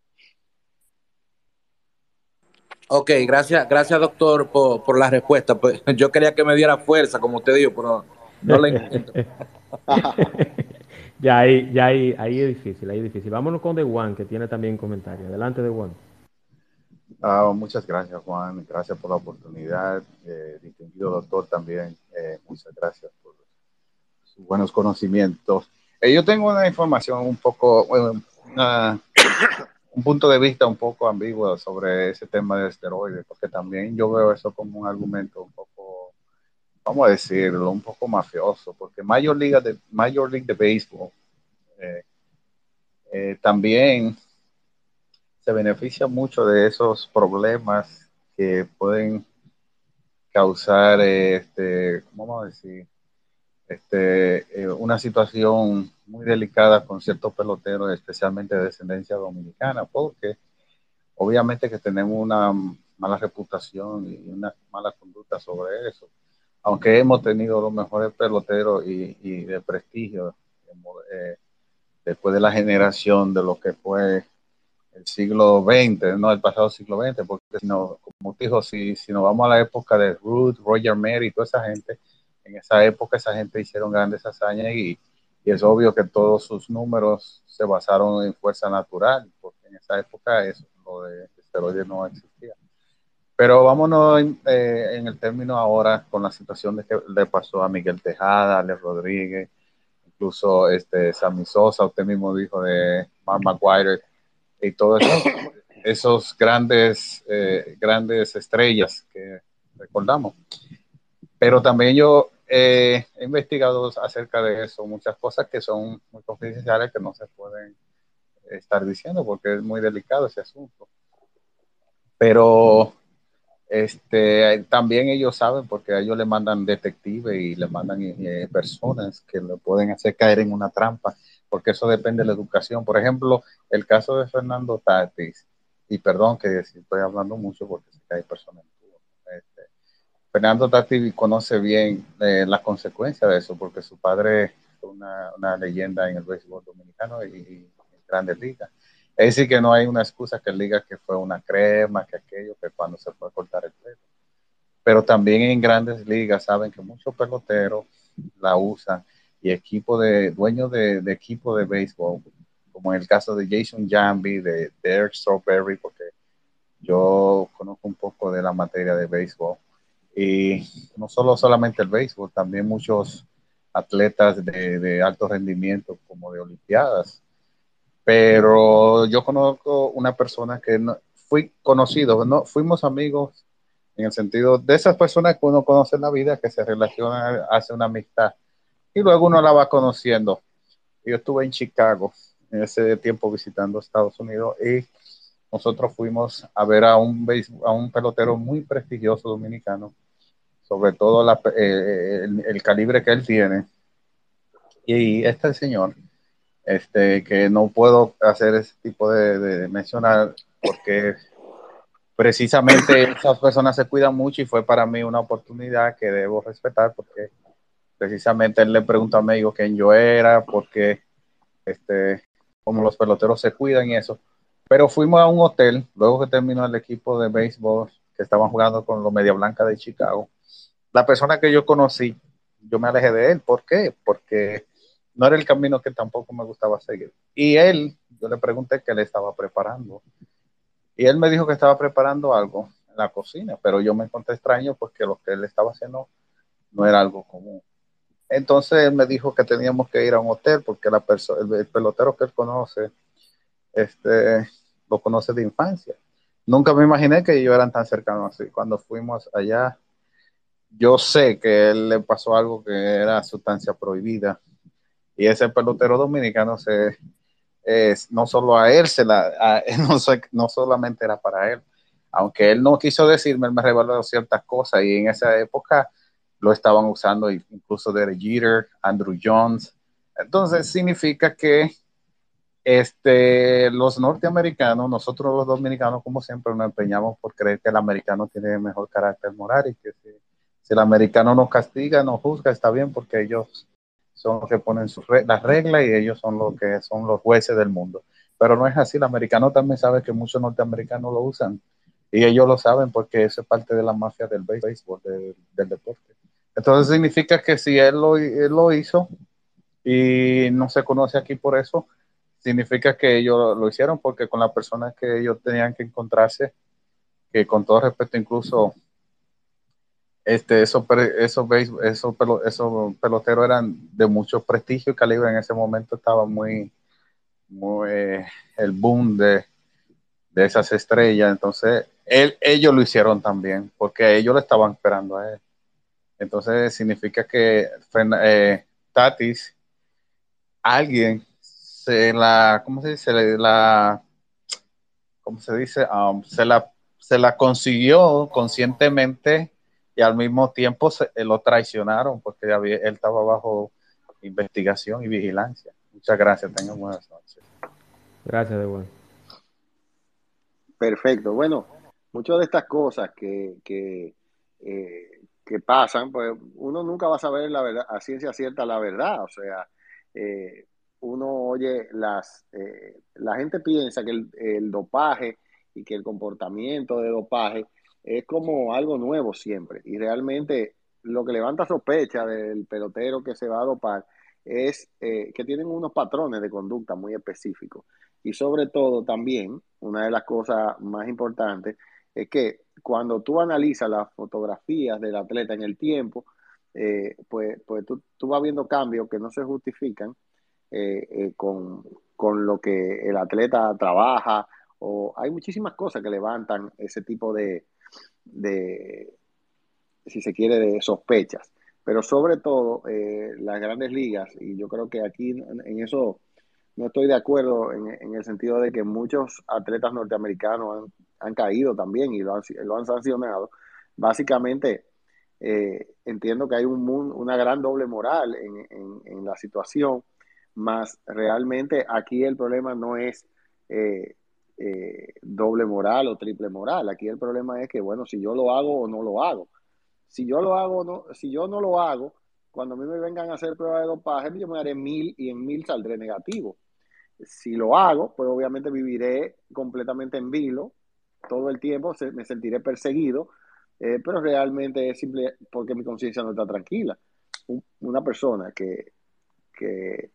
Ok, gracias, gracias doctor por, por la respuesta. Pues, yo quería que me diera fuerza, como usted dijo, pero no la encuentro. Ya ahí, ya ahí, ahí es difícil, ahí es difícil. Vámonos con The One, que tiene también comentarios. Adelante, The One. Ah, muchas gracias, Juan. Gracias por la oportunidad. Eh, distinguido doctor también, eh, muchas gracias por sus buenos conocimientos. Eh, yo tengo una información un poco, bueno, una, un punto de vista un poco ambiguo sobre ese tema de esteroides, porque también yo veo eso como un argumento un poco, vamos a decirlo, un poco mafioso, porque Major League de, Major League de Baseball eh, eh, también se beneficia mucho de esos problemas que pueden causar, este, ¿cómo vamos a decir? Este, eh, una situación muy delicada con ciertos peloteros, especialmente de descendencia dominicana, porque obviamente que tenemos una mala reputación y una mala conducta sobre eso. Aunque hemos tenido los mejores peloteros y, y de prestigio eh, después de la generación de lo que fue el siglo veinte, no el pasado siglo veinte, porque si no, como te dijo, si, si nos vamos a la época de Ruth, Roger Maris y toda esa gente, en esa época esa gente hicieron grandes hazañas y, y es obvio que todos sus números se basaron en fuerza natural, porque en esa época eso, lo de esteroides no existía. Pero vámonos en, eh, en el término ahora con la situación de que le pasó a Miguel Tejada, Alex Rodríguez, incluso este, Sammy Sosa, usted mismo dijo de Mark McGwire, y todos esos, esos grandes, eh, grandes estrellas que recordamos. Pero también yo eh, he investigado acerca de eso, muchas cosas que son muy confidenciales que no se pueden estar diciendo porque es muy delicado ese asunto. Pero este, también ellos saben porque a ellos le mandan detectives y le mandan eh, personas que le pueden hacer caer en una trampa, porque eso depende de la educación. Por ejemplo, el caso de Fernando Tatis, y perdón que si estoy hablando mucho porque sé que hay personas. Este, Fernando Tatis conoce bien eh, las consecuencias de eso, porque su padre fue una, una leyenda en el béisbol dominicano y, y en grandes ligas. Es decir, que no hay una excusa que él diga que fue una crema, que aquello, que cuando se fue a cortar el pelo. Pero también en grandes ligas saben que muchos peloteros la usan y equipo de, dueños de, de equipo de béisbol, como en el caso de Jason Jambi, de, de Eric Strawberry, porque yo conozco un poco de la materia de béisbol. Y no solo solamente el béisbol, también muchos atletas de, de alto rendimiento, como de olimpiadas. Pero yo conozco una persona que no, fui conocido, no, fuimos amigos en el sentido de esas personas que uno conoce en la vida, que se relacionan, hace una amistad y luego uno la va conociendo. Yo estuve en Chicago en ese tiempo visitando Estados Unidos y nosotros fuimos a ver a un, a un pelotero muy prestigioso dominicano, sobre todo la, eh, el, el calibre que él tiene. Y este señor, este, que no puedo hacer ese tipo de, de mencionar porque precisamente esas personas se cuidan mucho y fue para mí una oportunidad que debo respetar porque precisamente él le preguntó a mi amigo quién yo era, porque este, como los peloteros se cuidan y eso. Pero fuimos a un hotel, luego que terminó el equipo de béisbol que estaban jugando con los Media Blanca de Chicago. La persona que yo conocí, yo me alejé de él. ¿Por qué? Porque no era el camino que tampoco me gustaba seguir. Y él, yo le pregunté qué le estaba preparando. Y él me dijo que estaba preparando algo en la cocina, pero yo me encontré extraño porque lo que él estaba haciendo no era algo común. Entonces él me dijo que teníamos que ir a un hotel porque la perso- el, el pelotero que él conoce, este, lo conoce de infancia. Nunca me imaginé que ellos eran tan cercanos así. Cuando fuimos allá, yo sé que él le pasó algo que era sustancia prohibida y ese pelotero dominicano se, es, no solo a él, se la, a, no, no solamente era para él, aunque él no quiso decirme, él me reveló ciertas cosas y en esa época lo estaban usando incluso Derek Jeter, Andrew Jones. Entonces significa que este, los norteamericanos, nosotros los dominicanos, como siempre, nos empeñamos por creer que el americano tiene mejor carácter moral y que si, si el americano nos castiga, nos juzga, está bien, porque ellos son los que ponen sus re las reglas y ellos son los que son los jueces del mundo. Pero no es así, el americano también sabe que muchos norteamericanos lo usan y ellos lo saben porque eso es parte de la mafia del béisbol, del, del deporte. Entonces significa que si él lo, él lo hizo y no se conoce aquí por eso, significa que ellos lo hicieron porque con las personas que ellos tenían que encontrarse, que con todo respeto incluso este, esos, esos, esos, esos peloteros eran de mucho prestigio y calibre. En ese momento estaba muy, muy eh, el boom de, de esas estrellas. Entonces él, ellos lo hicieron también porque ellos lo estaban esperando a él. Entonces significa que eh, Tatis, alguien se la, ¿cómo se dice? La, ¿cómo se dice? Um, se la, se la consiguió conscientemente y al mismo tiempo se, eh, lo traicionaron porque había, él estaba bajo investigación y vigilancia. Muchas gracias, tengan buenas noches. Gracias, de bueno. Perfecto. Bueno, muchas de estas cosas que, que, eh, que pasan, pues uno nunca va a saber la verdad, a ciencia cierta la verdad. O sea, eh, uno oye las, eh, la gente piensa que el, el dopaje y que el comportamiento de dopaje es como algo nuevo siempre. Y realmente lo que levanta sospecha del pelotero que se va a dopar es eh, que tienen unos patrones de conducta muy específicos. Y sobre todo también, una de las cosas más importantes es que cuando tú analizas las fotografías del atleta en el tiempo, eh, pues, pues tú, tú vas viendo cambios que no se justifican eh, eh, con, con lo que el atleta trabaja, o hay muchísimas cosas que levantan ese tipo de, de si se quiere, de sospechas. Pero sobre todo, eh, las grandes ligas, y yo creo que aquí en, en eso no estoy de acuerdo en, en, el sentido de que muchos atletas norteamericanos han, han caído también y lo han, lo han sancionado. Básicamente, eh, entiendo que hay un, una gran doble moral en, en, en la situación, más realmente aquí el problema no es eh, eh, doble moral o triple moral. Aquí el problema es que, bueno, si yo lo hago o no lo hago. Si yo lo hago, no, si yo no lo hago, cuando a mí me vengan a hacer pruebas de dopaje, yo me haré mil y en mil saldré negativo. Si lo hago, pues obviamente viviré completamente en vilo todo el tiempo, se, me sentiré perseguido, eh, pero realmente es simple porque mi conciencia no está tranquila. Un, una persona que, que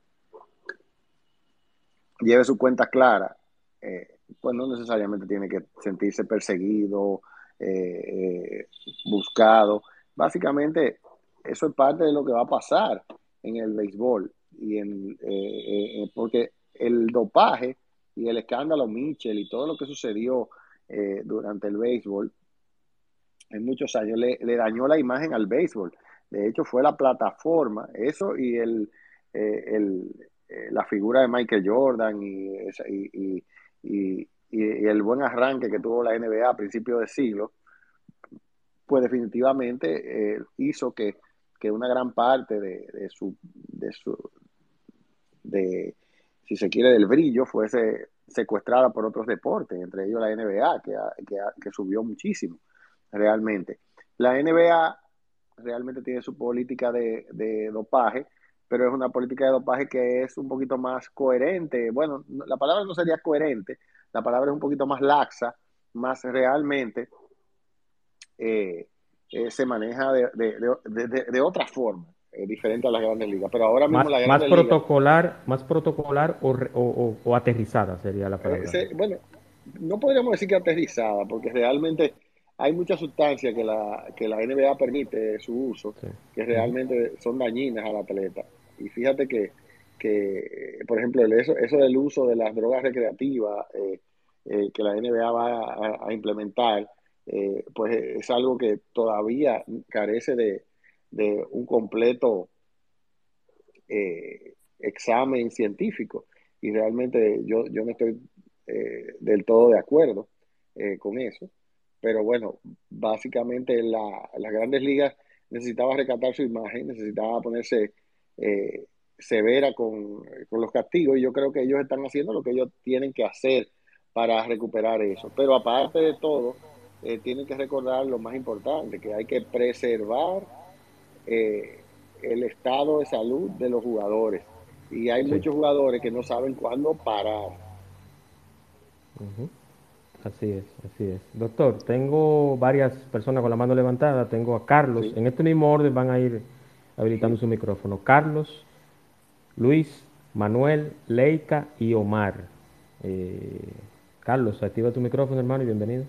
lleve su cuenta clara, eh, pues no necesariamente tiene que sentirse perseguido, eh, eh, buscado. Básicamente, eso es parte de lo que va a pasar en el béisbol. Y en, eh, eh, porque el dopaje y el escándalo Mitchell y todo lo que sucedió eh, durante el béisbol en muchos años le, le dañó la imagen al béisbol. De hecho, fue la plataforma, eso y el, eh, el eh, la figura de Michael Jordan y, y, y, y, el buen arranque que tuvo la N B A a principios de siglo, pues definitivamente eh, hizo que, que una gran parte de, de su, de su de, si se quiere, del brillo fuese secuestrada por otros deportes, entre ellos la N B A, que, que, que subió muchísimo realmente. La N B A realmente tiene su política de, de dopaje, pero es una política de dopaje que es un poquito más coherente. Bueno, la palabra no sería coherente, la palabra es un poquito más laxa, más realmente eh, eh, se maneja de, de, de, de, de otra forma, eh, diferente a las grandes ligas. Pero ahora mismo más, las más grandes protocolar, ligas... Más protocolar o, o, o, o aterrizada sería la palabra. Eh, se, bueno, no podríamos decir que aterrizada, porque realmente hay muchas sustancias que la, que la N B A permite su uso, sí, que realmente son dañinas al atleta. Y fíjate que, que por ejemplo, eso, eso del uso de las drogas recreativas eh, eh, que la N B A va a, a implementar, eh, pues es algo que todavía carece de, de un completo eh, examen científico. Y realmente yo, yo no estoy eh, del todo de acuerdo eh, con eso. Pero bueno, básicamente la, las grandes ligas necesitaba recatar su imagen, necesitaba ponerse eh, severa con, con los castigos, y yo creo que ellos están haciendo lo que ellos tienen que hacer para recuperar eso. Pero aparte de todo, eh, tienen que recordar lo más importante, que hay que preservar eh, el estado de salud de los jugadores. Y hay Sí. muchos jugadores que no saben cuándo parar. Ujú. Así es, así es. Doctor, tengo varias personas con la mano levantada. Tengo a Carlos. Sí, En este mismo orden van a ir habilitando sí. su micrófono. Carlos, Luis, Manuel, Leica y Omar. Eh, Carlos, activa tu micrófono, hermano, y bienvenido.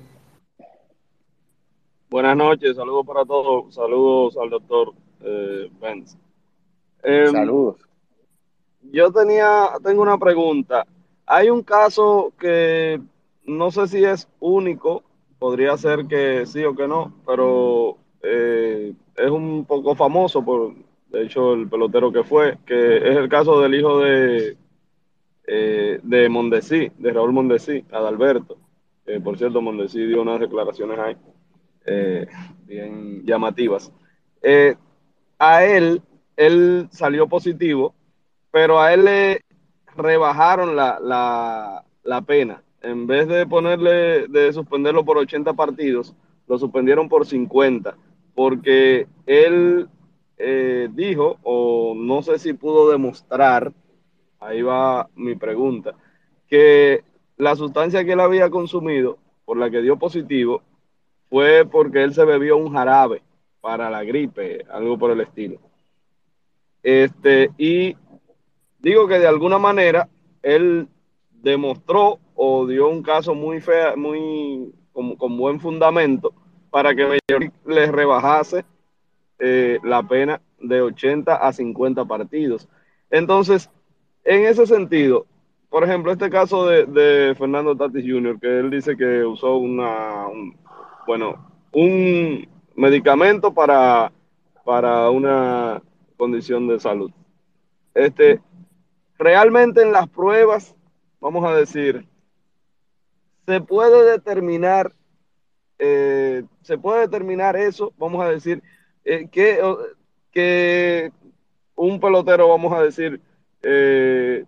Buenas noches, saludos para todos, saludos al doctor eh, Benz. Em, Saludos. yo tenía, tengo una pregunta. Hay un caso que no sé si es único, podría ser que sí o que no, pero eh, es un poco famoso por, de hecho, el pelotero que fue, que es el caso del hijo de, eh, de Mondesi, de Raúl Mondesi, Adalberto. Eh, por cierto, Mondesi dio unas declaraciones ahí eh, bien llamativas. Eh, a él, él salió positivo, pero a él le rebajaron la, la, la pena. En vez de ponerle, de suspenderlo por ochenta partidos, lo suspendieron por cincuenta, porque él eh, dijo, o no sé si pudo demostrar, ahí va mi pregunta, que la sustancia que él había consumido, por la que dio positivo, fue porque él se bebió un jarabe para la gripe, algo por el estilo. Este, y digo que de alguna manera él demostró o dio un caso muy fea, muy con, con buen fundamento para que Major League les rebajase eh, la pena de ochenta a cincuenta partidos. Entonces, en ese sentido, por ejemplo, este caso de, de Fernando Tatis junior, que él dice que usó una, un, bueno, un medicamento para, para una condición de salud. Este, realmente en las pruebas, vamos a decir, se puede determinar, eh, se puede determinar eso, vamos a decir, eh, que, que un pelotero, vamos a decir, eh,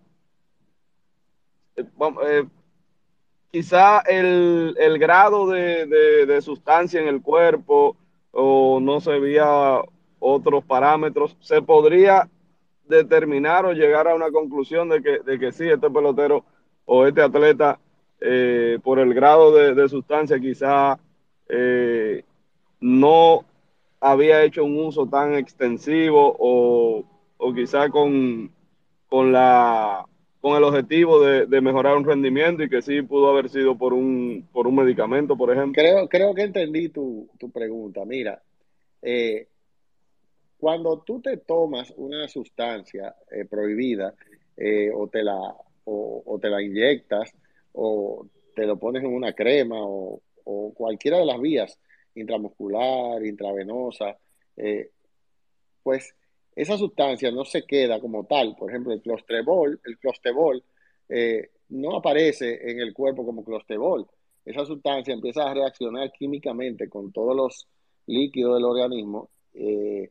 eh, quizá el, el grado de, de, de, sustancia en el cuerpo o no se veía otros parámetros, se podría determinar o llegar a una conclusión de que, de que sí, este pelotero o este atleta, eh, por el grado de, de sustancia, quizá eh, no había hecho un uso tan extensivo o, o quizá con, con, la, con el objetivo de, de mejorar un rendimiento y que sí pudo haber sido por un, por un medicamento, por ejemplo. Creo, creo que entendí tu, tu pregunta. Mira, eh, cuando tú te tomas una sustancia eh, prohibida eh, o, te la, o, o te la inyectas o te lo pones en una crema o, o cualquiera de las vías, intramuscular, intravenosa, eh, pues esa sustancia no se queda como tal. Por ejemplo, el clostebol, el clostebol eh, no aparece en el cuerpo como clostebol. Esa sustancia empieza a reaccionar químicamente con todos los líquidos del organismo eh,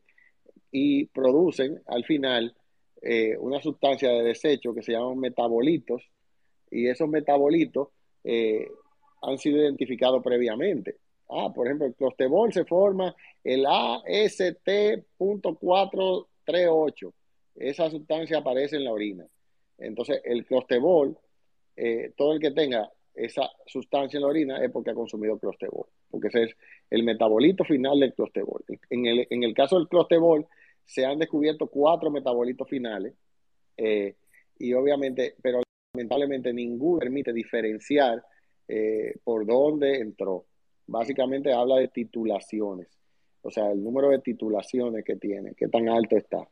y producen al final eh, una sustancia de desecho que se llaman metabolitos, y esos metabolitos eh, han sido identificados previamente. Ah, por ejemplo, el clostebol se forma el A S T cuatrocientos treinta y ocho. Esa sustancia aparece en la orina. Entonces, el clostebol, eh, todo el que tenga esa sustancia en la orina es porque ha consumido clostebol, porque ese es el metabolito final del clostebol. En el, en el caso del clostebol, se han descubierto cuatro metabolitos finales, eh, y obviamente, pero lamentablemente ninguno permite diferenciar eh, por dónde entró. Básicamente habla de titulaciones, o sea, el número de titulaciones que tiene, qué tan alto está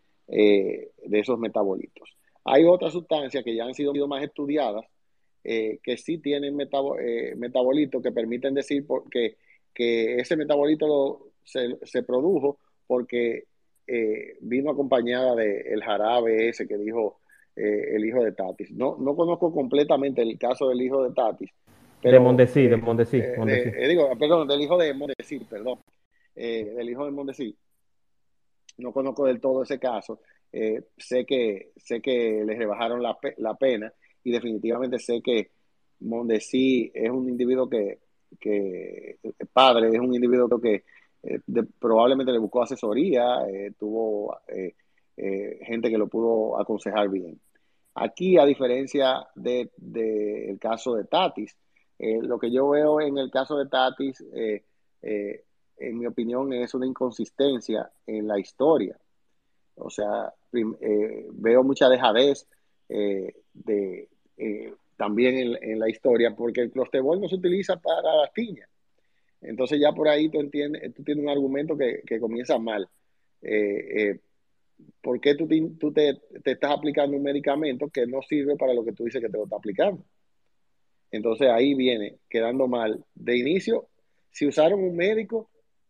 eh, de esos metabolitos. Hay otras sustancias que ya han sido más estudiadas eh, que sí tienen metabo eh, metabolitos que permiten decir por, que, que ese metabolito lo, se, se produjo porque eh, vino acompañada del jarabe ese que dijo eh, el hijo de Tatis. No, no conozco completamente el caso del hijo de Tatis, De pero Mondesi, de eh, Mondesi, eh, Mondesi. de, eh, digo, perdón, del hijo de Mondesi, perdón, eh, del hijo de Mondesi. No conozco del todo ese caso. eh, sé que sé que les rebajaron la, pe la pena y definitivamente sé que Mondesi es un individuo que, que padre, es un individuo que eh, de, probablemente le buscó asesoría, eh, tuvo eh, eh, gente que lo pudo aconsejar bien. Aquí, a diferencia del de, de caso de Tatis, eh, lo que yo veo en el caso de Tatis, eh, eh, en mi opinión, es una inconsistencia en la historia. O sea, eh, veo mucha dejadez eh, de, eh, también en, en, la historia, porque el clostebol no se utiliza para las tiñas. Entonces ya por ahí tú, entiendes, tú tienes un argumento que, que comienza mal. Eh, eh, ¿Por qué tú, te, tú te, te, estás aplicando un medicamento que no sirve para lo que tú dices que te lo está aplicando? Entonces ahí viene quedando mal. De inicio, si usaron un médico,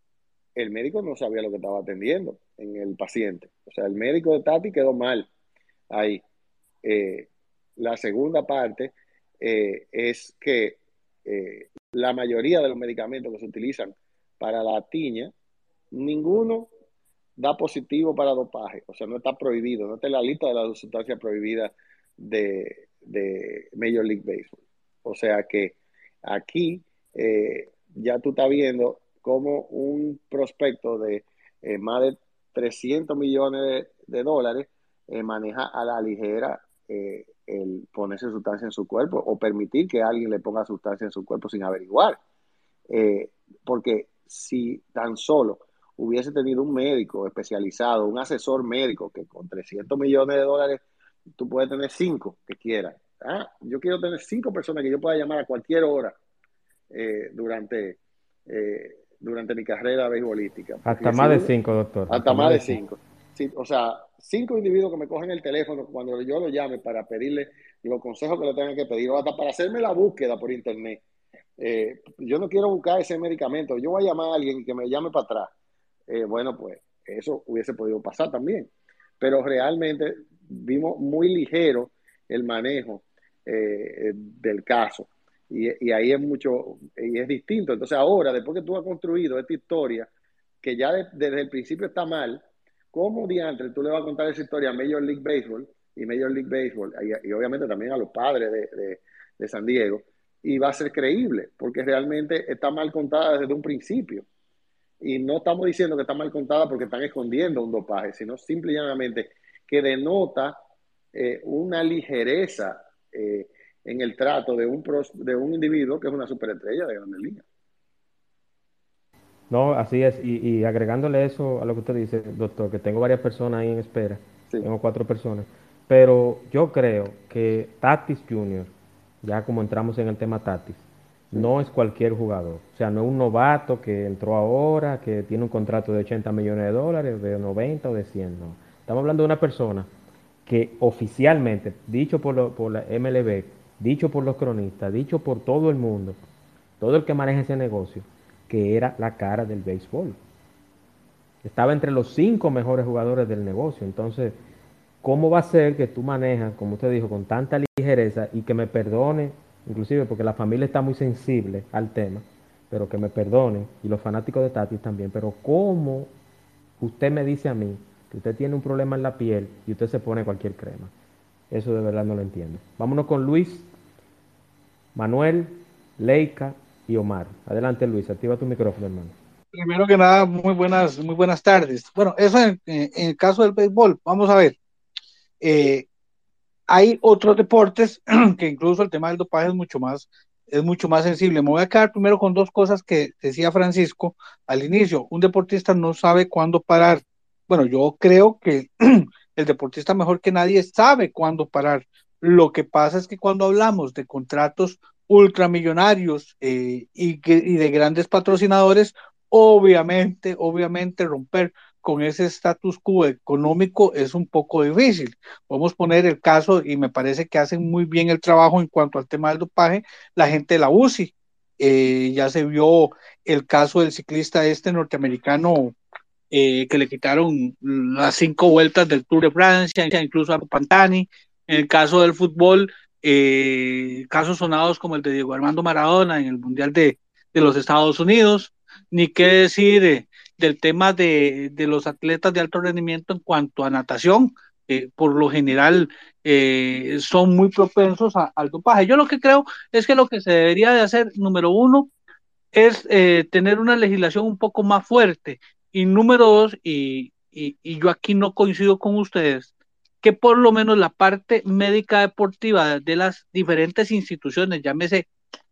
el médico no sabía lo que estaba atendiendo en el paciente. O sea, el médico de Tati quedó mal ahí. Eh, la segunda parte eh, es que eh, la mayoría de los medicamentos que se utilizan para la tiña, ninguno da positivo para dopaje, o sea, no está prohibido, no está en la lista de las sustancias prohibidas de, de Major League Baseball. O sea que aquí eh, ya tú estás viendo como un prospecto de eh, más de trescientos millones de, de dólares eh, maneja a la ligera eh, el ponerse sustancia en su cuerpo o permitir que alguien le ponga sustancia en su cuerpo sin averiguar. Eh, porque si tan solo hubiese tenido un médico especializado, un asesor médico, que con trescientos millones de dólares tú puedes tener cinco que quieran. Ah, yo quiero tener cinco personas que yo pueda llamar a cualquier hora eh, durante, eh, durante mi carrera beisbolística. Hasta más de cinco, doctor. Hasta, hasta más de cinco. Sí, o sea, cinco individuos que me cogen el teléfono cuando yo lo llame para pedirle los consejos que le tengan que pedir, o hasta para hacerme la búsqueda por internet. Eh, yo no quiero buscar ese medicamento, yo voy a llamar a alguien que me llame para atrás. Eh, bueno, pues eso hubiese podido pasar también. Pero realmente vimos muy ligero el manejo eh, del caso. Y, y ahí es mucho, y es distinto. Entonces ahora, después que tú has construido esta historia, que ya de, desde el principio está mal, ¿cómo diantre tú le vas a contar esa historia a Major League Baseball y Major League Baseball, y, y obviamente también a los padres de, de, de San Diego, y va a ser creíble? Porque realmente está mal contada desde un principio. Y no estamos diciendo que está mal contada porque están escondiendo un dopaje, sino simple y llanamente que denota eh, una ligereza eh, en el trato de un, pros, de un individuo que es una superestrella de Grandes Ligas. No, así es. Y, y agregándole eso a lo que usted dice, doctor, que tengo varias personas ahí en espera. Sí. Tengo cuatro personas. Pero yo creo que Tatis junior, ya como entramos en el tema Tatis, sí, no es cualquier jugador. O sea, no es un novato que entró ahora, que tiene un contrato de ochenta millones de dólares, de noventa o de cien. No. Estamos hablando de una persona que oficialmente, dicho por, lo, por la M L B, dicho por los cronistas, dicho por todo el mundo, todo el que maneja ese negocio, que era la cara del béisbol. Estaba entre los cinco mejores jugadores del negocio. Entonces, ¿cómo va a ser que tú manejas, como usted dijo, con tanta ligereza, y que me perdone, inclusive porque la familia está muy sensible al tema, pero que me perdone, y los fanáticos de Tatis también, pero cómo usted me dice a mí que usted tiene un problema en la piel y usted se pone cualquier crema? Eso de verdad no lo entiendo. Vámonos con Luis, Manuel, Leica y Omar. Adelante, Luis, activa tu micrófono, hermano. Primero que nada, muy buenas, muy buenas tardes. Bueno, eso en, en, en el caso del béisbol, vamos a ver. Eh, hay otros deportes que incluso el tema del dopaje es mucho más, es mucho más sensible. Me voy a quedar primero con dos cosas que decía Francisco al inicio. Un deportista no sabe cuándo parar. Bueno, yo creo que el deportista mejor que nadie sabe cuándo parar. Lo que pasa es que cuando hablamos de contratos ultramillonarios eh, y, que, y de grandes patrocinadores, obviamente, obviamente romper con ese status quo económico es un poco difícil. Podemos poner el caso, y me parece que hacen muy bien el trabajo en cuanto al tema del dopaje, la gente de la U C I. Eh, ya se vio el caso del ciclista este norteamericano eh, que le quitaron las cinco vueltas del Tour de Francia, incluso a Pantani. En el caso del fútbol, eh, casos sonados como el de Diego Armando Maradona en el Mundial de, de los Estados Unidos, ni qué decir de, del tema de, de los atletas de alto rendimiento en cuanto a natación, eh, por lo general eh, son muy propensos a- al dopaje. Yo lo que creo es que lo que se debería de hacer, número uno, es eh, tener una legislación un poco más fuerte. Y número dos, y, y, y yo aquí no coincido con ustedes, que por lo menos la parte médica deportiva de las diferentes instituciones, llámese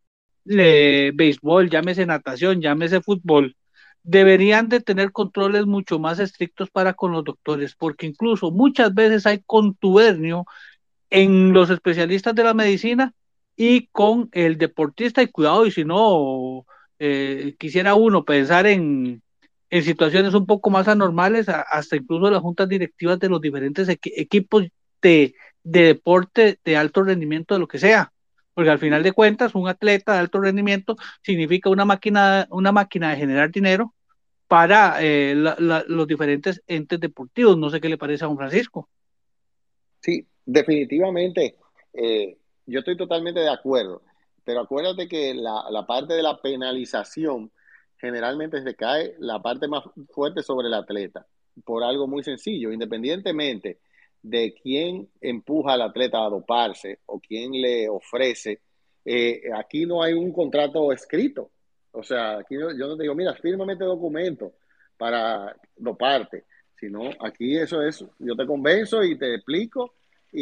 eh, béisbol, llámese natación, llámese fútbol, deberían de tener controles mucho más estrictos para con los doctores, porque incluso muchas veces hay contubernio en los especialistas de la medicina y con el deportista, y cuidado, y si no, eh, quisiera uno pensar en, en situaciones un poco más anormales, a- hasta incluso las juntas directivas de los diferentes equi- equipos de, de deporte de alto rendimiento, de lo que sea. Porque al final de cuentas, un atleta de alto rendimiento significa una máquina, una máquina de generar dinero para eh, la- la- los diferentes entes deportivos. No sé qué le parece a don Francisco. Sí, definitivamente, eh, yo estoy totalmente de acuerdo, pero acuérdate que la, la parte de la penalización generalmente se cae la parte más fuerte sobre el atleta, por algo muy sencillo, independientemente de quién empuja al atleta a doparse o quién le ofrece, eh, aquí no hay un contrato escrito. O sea, aquí yo, yo no te digo, mira, fírmame este documento para doparte, sino aquí eso es, yo te convenzo y te explico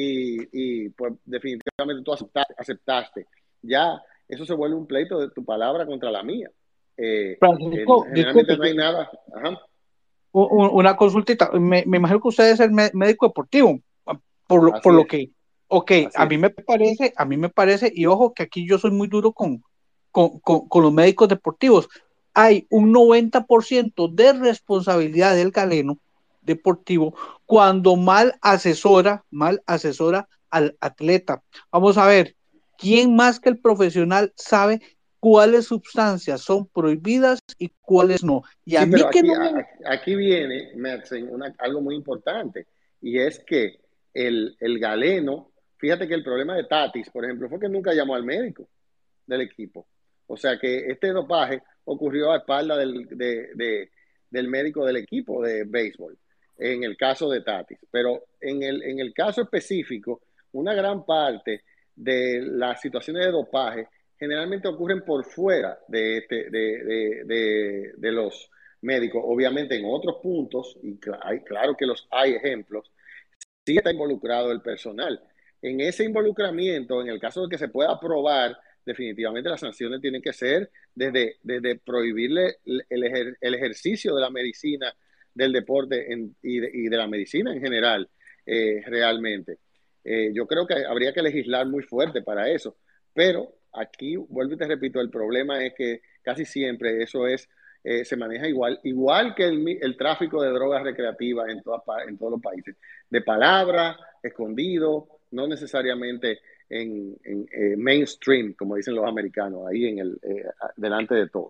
y, y pues definitivamente tú aceptaste, aceptaste. Ya eso se vuelve un pleito de tu palabra contra la mía. Eh, en- Francisco, generalmente disculpe, no hay nada. Ajá, u- u- una consultita. Me, me imagino que usted es el mé- médico deportivo, ah, por lo, por así lo es, que, ok, así a mí es. me parece, a mí me parece, y ojo que aquí yo soy muy duro con, con, con, con los médicos deportivos. Hay un noventa por ciento de responsabilidad del galeno deportivo cuando mal asesora, mal asesora al atleta. Vamos a ver, ¿quién más que el profesional sabe cuáles sustancias son prohibidas y cuáles no? Y a Sí, mí pero que aquí, no a- me... a- aquí viene, Metzen, una- algo muy importante, y es que el, el galeno, fíjate que el problema de Tatis, por ejemplo, fue que nunca llamó al médico del equipo. O sea que este dopaje ocurrió a espalda del, de- de- del médico del equipo de béisbol, en el caso de Tatis. Pero en el, en el caso específico, una gran parte de las situaciones de dopaje generalmente ocurren por fuera de, este, de, de, de, de los médicos. Obviamente en otros puntos, y cl hay, claro que los hay ejemplos, sí está involucrado el personal. En ese involucramiento, en el caso de que se pueda probar, definitivamente las sanciones tienen que ser desde, desde prohibirle el, el, el ejercicio de la medicina, del deporte en, y, de, y, de, la medicina en general, eh, realmente. Eh, yo creo que habría que legislar muy fuerte para eso, pero aquí, vuelvo y te repito, el problema es que casi siempre eso es, eh, se maneja igual, igual que el, el tráfico de drogas recreativas en, toda, en todos los países, de palabra, escondido, no necesariamente en, en eh, mainstream, como dicen los americanos, ahí en el, eh, delante de todos.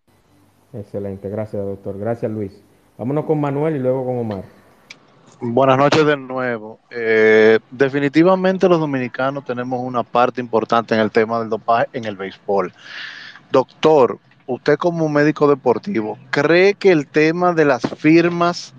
Excelente, gracias doctor, gracias Luis. Vámonos con Manuel y luego con Omar. Buenas noches de nuevo. Eh, definitivamente los dominicanos tenemos una parte importante en el tema del dopaje en el béisbol. Doctor, usted como médico deportivo, ¿cree que el tema de las firmas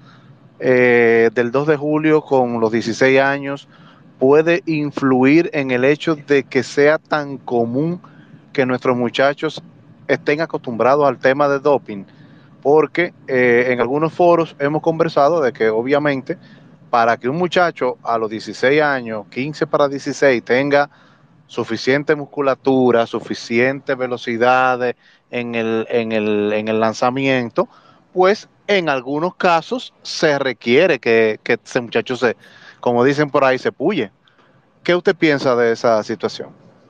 eh, del dos de julio con los dieciséis años puede influir en el hecho de que sea tan común que nuestros muchachos estén acostumbrados al tema de doping? Porque eh, en algunos foros hemos conversado de que obviamente para que un muchacho a los dieciséis años, quince para dieciséis, tenga suficiente musculatura, suficiente velocidad en el, en el, en el lanzamiento, pues en algunos casos se requiere que, que ese muchacho se, como dicen por ahí, se puye. ¿Qué usted piensa de esa situación?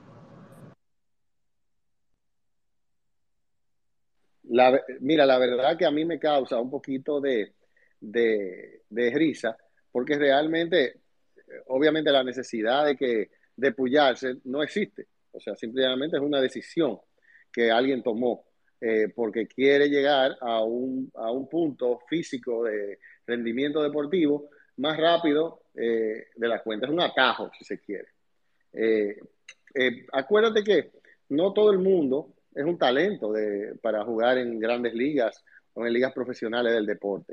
La, mira, la verdad que a mí me causa un poquito de, de, de risa, porque realmente, obviamente la necesidad de que de pullarse no existe. O sea, simplemente es una decisión que alguien tomó eh, porque quiere llegar a un, a un punto físico de rendimiento deportivo más rápido eh, de la cuenta. Es un atajo, si se quiere. Eh, eh, acuérdate que no todo el mundo es un talento de, para jugar en grandes ligas o en ligas profesionales del deporte.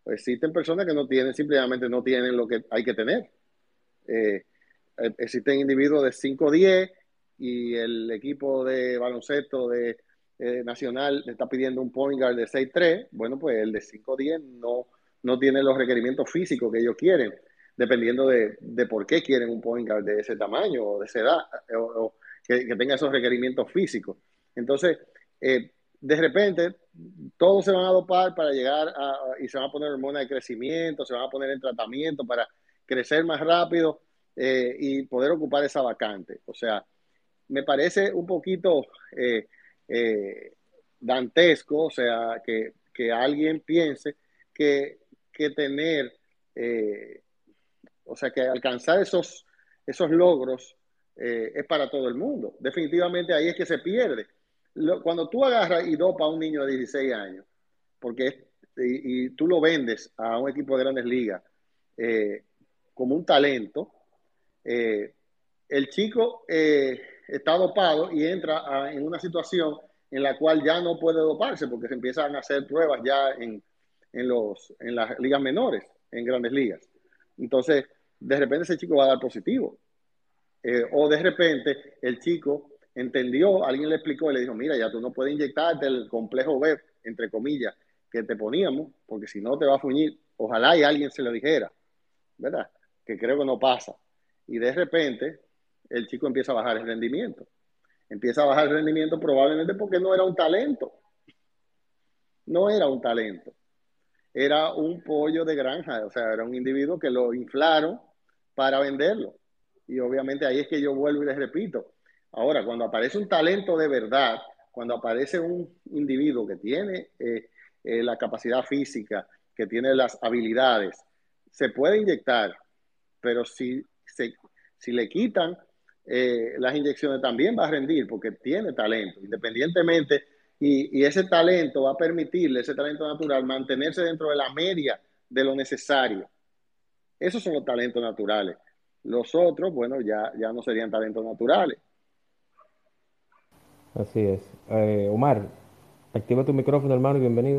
Existen personas que no tienen, simplemente no tienen lo que hay que tener. Eh, existen individuos de cinco diez y el equipo de baloncesto de eh, nacional le está pidiendo un point guard de seis tres. Bueno, pues el de cinco diez no, no tiene los requerimientos físicos que ellos quieren, dependiendo de, de por qué quieren un point guard de ese tamaño o de esa edad, o, o que, que tenga esos requerimientos físicos. Entonces, eh, de repente, todos se van a dopar para llegar a, y se van a poner hormonas de crecimiento, se van a poner en tratamiento para crecer más rápido eh, y poder ocupar esa vacante. O sea, me parece un poquito eh, eh, dantesco, o sea, que, que alguien piense que, que tener, eh, o sea, que alcanzar esos, esos logros eh, es para todo el mundo. Definitivamente ahí es que se pierde. Lo, cuando tú agarras y dopas a un niño de dieciséis años, porque y, y tú lo vendes a un equipo de grandes ligas eh, como un talento, eh, el chico eh, está dopado y entra a, en una situación en la cual ya no puede doparse porque se empiezan a hacer pruebas ya en, en, los, en las ligas menores, en grandes ligas. Entonces, de repente ese chico va a dar positivo. Eh, o de repente el chico entendió, alguien le explicó y le dijo, mira, ya tú no puedes inyectarte el complejo B, entre comillas, que te poníamos, porque si no te va a fuñir. Ojalá y alguien se lo dijera, ¿verdad? Que creo que no pasa. Y de repente el chico empieza a bajar el rendimiento. Empieza a bajar el rendimiento probablemente porque no era un talento. No era un talento. Era un pollo de granja, o sea, era un individuo que lo inflaron para venderlo. Y obviamente ahí es que yo vuelvo y les repito. Ahora, cuando aparece un talento de verdad, cuando aparece un individuo que tiene eh, eh, la capacidad física, que tiene las habilidades, se puede inyectar, pero si, se, si le quitan eh, las inyecciones también va a rendir porque tiene talento, independientemente, y, y ese talento va a permitirle, ese talento natural, mantenerse dentro de la media de lo necesario. Esos son los talentos naturales. Los otros, bueno, ya, ya no serían talentos naturales. Así es. Eh, Omar, activa tu micrófono, hermano, y bienvenido.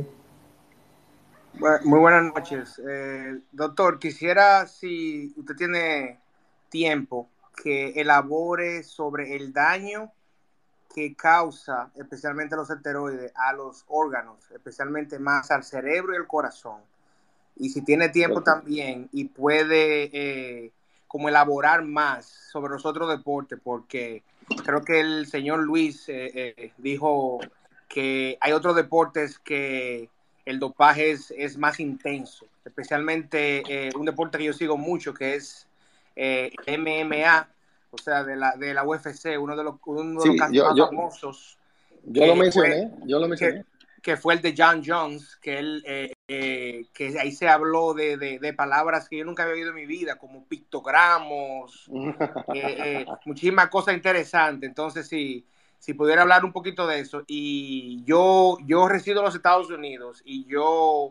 Muy buenas noches. Eh, doctor, quisiera, si usted tiene tiempo, que elabore sobre el daño que causa, especialmente los esteroides, a los órganos, especialmente más al cerebro y al corazón. Y si tiene tiempo también y puede eh, como elaborar más sobre los otros deportes, porque creo que el señor Luis eh, eh, dijo que hay otros deportes que el dopaje es, es más intenso, especialmente eh, un deporte que yo sigo mucho, que es eh, M M A, o sea, de la, de la U F C, uno de los, uno de Sí, los casos yo, más yo, famosos. yo lo que mencioné, fue, yo lo mencioné. Que, que fue el de John Jones, que él, eh, eh, que ahí se habló de, de, de palabras que yo nunca había oído en mi vida, como pictogramos, eh, eh, muchísimas cosas interesantes. Entonces, si, si pudiera hablar un poquito de eso. Y yo, yo resido en los Estados Unidos y yo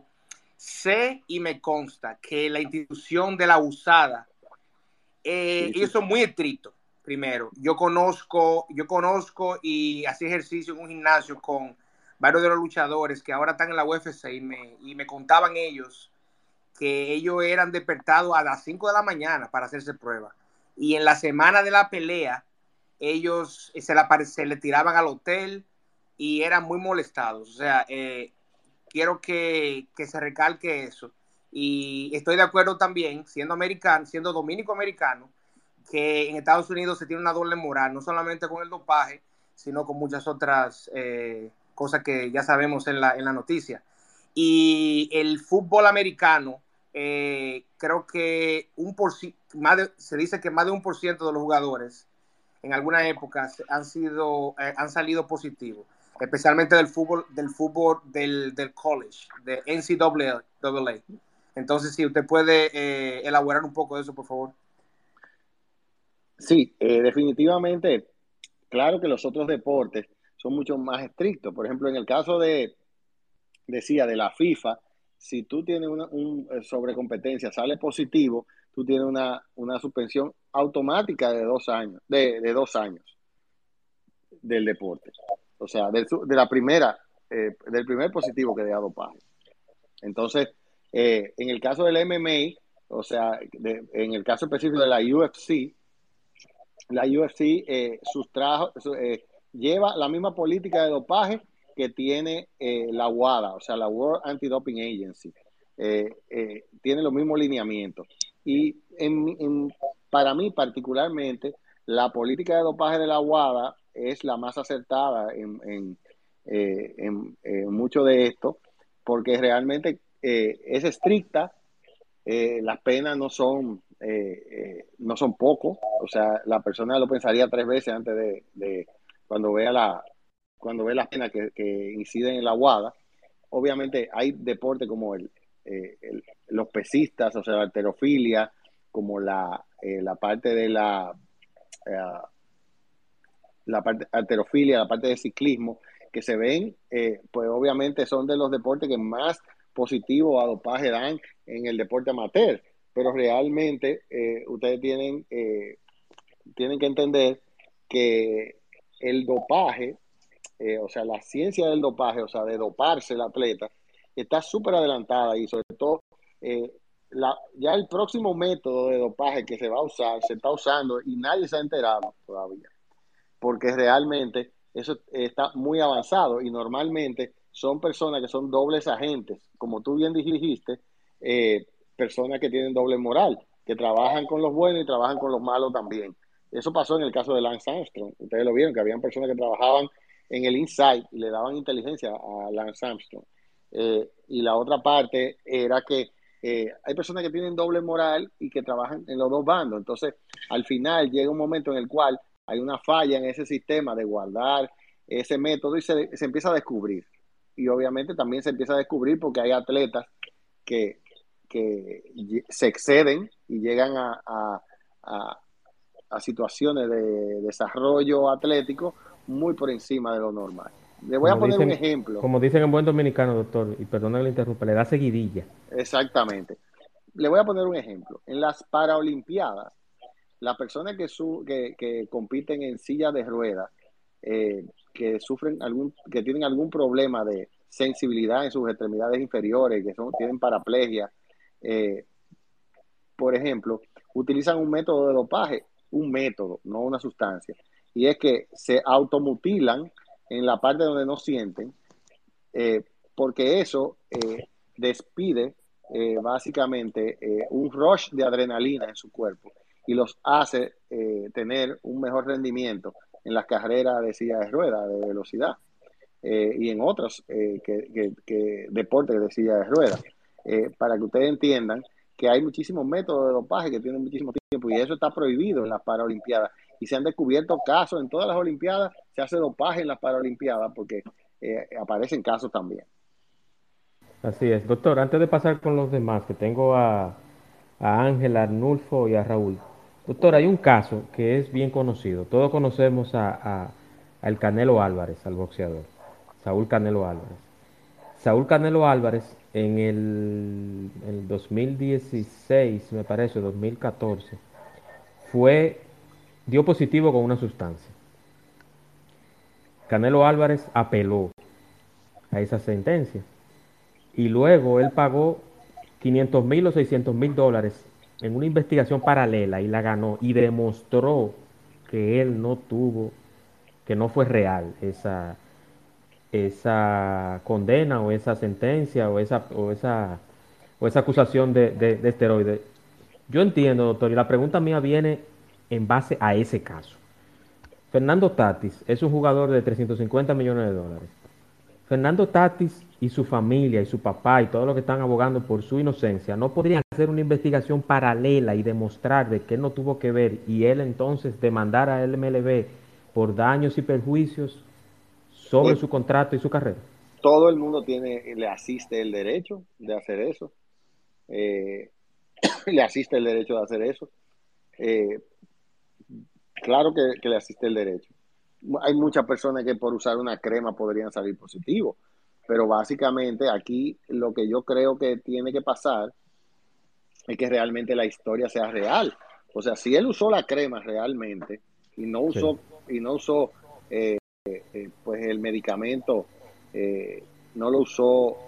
sé y me consta que la institución de la U S A D A, eh, Sí, sí. ellos son muy estrictos. Primero, yo conozco, yo conozco y hacía ejercicio en un gimnasio con varios de los luchadores que ahora están en la U F C y me, y me contaban ellos que ellos eran despertados a las cinco de la mañana para hacerse pruebas. Y en la semana de la pelea, ellos se, la, se le tiraban al hotel y eran muy molestados. O sea, eh, quiero que, que se recalque eso. Y estoy de acuerdo también, siendo americano, siendo dominico-americano, que en Estados Unidos se tiene una doble moral, no solamente con el dopaje, sino con muchas otras eh, cosas que ya sabemos en la, en la noticia. Y el fútbol americano, eh, creo que un por, más de, se dice que más de un por ciento de los jugadores en alguna época han, sido, eh, han salido positivos, especialmente del fútbol del, fútbol del, del college, de N C A A. Entonces, si usted puede eh, elaborar un poco de eso, por favor. Sí, eh, definitivamente, claro que los otros deportes son mucho más estrictos. Por ejemplo, en el caso de, decía, de la FIFA, si tú tienes una un, sobrecompetencia, sale positivo, tú tienes una, una suspensión automática de dos años, de, de dos años del deporte. O sea, de, de la primera, eh, del primer positivo que dé dopaje. Entonces, Eh, en el caso del M M A, o sea, de, en el caso específico de la U F C, la U F C eh, sustrajo, eh, lleva la misma política de dopaje que tiene eh, la WADA, o sea, la World Anti-Doping Agency. Eh, eh, tiene los mismos lineamientos. Y en, en, para mí particularmente, la política de dopaje de la WADA es la más acertada en, en, eh, en, en mucho de esto, porque realmente eh, es estricta, eh, las penas no son, eh, eh, no son poco, o sea, la persona lo pensaría tres veces antes de, de cuando vea la cuando ve las penas que, que inciden en la WADA. Obviamente hay deportes como el, eh, el, los pesistas, o sea, la halterofilia, como la, eh, la parte de la, eh, la parte halterofilia, la parte de ciclismo, que se ven, eh, pues obviamente son de los deportes que más positivo a dopaje dan en el deporte amateur, pero realmente eh, ustedes tienen, eh, tienen que entender que el dopaje, eh, o sea, la ciencia del dopaje, o sea, de doparse el atleta, está súper adelantada y sobre todo eh, la, ya el próximo método de dopaje que se va a usar, se está usando y nadie se ha enterado todavía, porque realmente eso está muy avanzado y normalmente son personas que son dobles agentes, como tú bien dijiste, eh, personas que tienen doble moral, que trabajan con los buenos y trabajan con los malos también. Eso pasó en el caso de Lance Armstrong. Ustedes lo vieron, que habían personas que trabajaban en el inside y le daban inteligencia a Lance Armstrong. Eh, y la otra parte era que eh, hay personas que tienen doble moral y que trabajan en los dos bandos. Entonces, al final llega un momento en el cual hay una falla en ese sistema de guardar ese método y se, se empieza a descubrir. Y obviamente también se empieza a descubrir porque hay atletas que, que se exceden y llegan a, a, a, a situaciones de desarrollo atlético muy por encima de lo normal. Le voy Como a poner dicen, un ejemplo. como dicen en buen dominicano, doctor, y perdona que le interrumpa, le da seguidilla. Exactamente. Le voy a poner un ejemplo. En las Paralimpiadas, las personas que, su, que, que compiten en silla de ruedas, eh, que sufren algún, que tienen algún problema de sensibilidad en sus extremidades inferiores, que son, tienen paraplegia, eh, por ejemplo, utilizan un método de dopaje, un método, no una sustancia, y es que se automutilan en la parte donde no sienten, eh, porque eso eh, despide eh, básicamente eh, un rush de adrenalina en su cuerpo y los hace eh, tener un mejor rendimiento en las carreras de silla de ruedas, de velocidad, eh, y en otros eh, que, que, que deportes de silla de ruedas, eh, para que ustedes entiendan que hay muchísimos métodos de dopaje que tienen muchísimo tiempo y eso está prohibido en las Paralimpiadas y se han descubierto casos en todas las Olimpiadas, se hace dopaje en las Paralimpiadas porque eh, aparecen casos también. Así es, doctor, antes de pasar con los demás, que tengo a, a Ángel, a Arnulfo y a Raúl. Doctor, hay un caso que es bien conocido. Todos conocemos a, a, al Canelo Álvarez, al boxeador. Saúl Canelo Álvarez. Saúl Canelo Álvarez en el, el dos mil dieciséis, me parece, dos mil catorce, fue, dio positivo con una sustancia. Canelo Álvarez apeló a esa sentencia y luego él pagó quinientos mil o seiscientos mil dólares en una investigación paralela y la ganó y demostró que él no tuvo, que no fue real esa, esa condena o esa sentencia o esa, o esa, o esa acusación de, de, de esteroides. Yo entiendo, doctor, y la pregunta mía viene en base a ese caso. Fernando Tatis es un jugador de trescientos cincuenta millones de dólares. Fernando Tatis y su familia y su papá y todos los que están abogando por su inocencia no podrían hacer una investigación paralela y demostrar de que él no tuvo que ver y él entonces demandar a M L B por daños y perjuicios sobre Pues, su contrato y su carrera. todo el mundo tiene, le asiste el derecho de hacer eso. Eh, le asiste el derecho de hacer eso. Eh, claro que, que le asiste el derecho. Hay muchas personas que por usar una crema podrían salir positivos, pero básicamente aquí lo que yo creo que tiene que pasar es que realmente la historia sea real. O sea, si él usó la crema realmente y no usó, sí. y no usó eh, eh, pues el medicamento, eh, no lo usó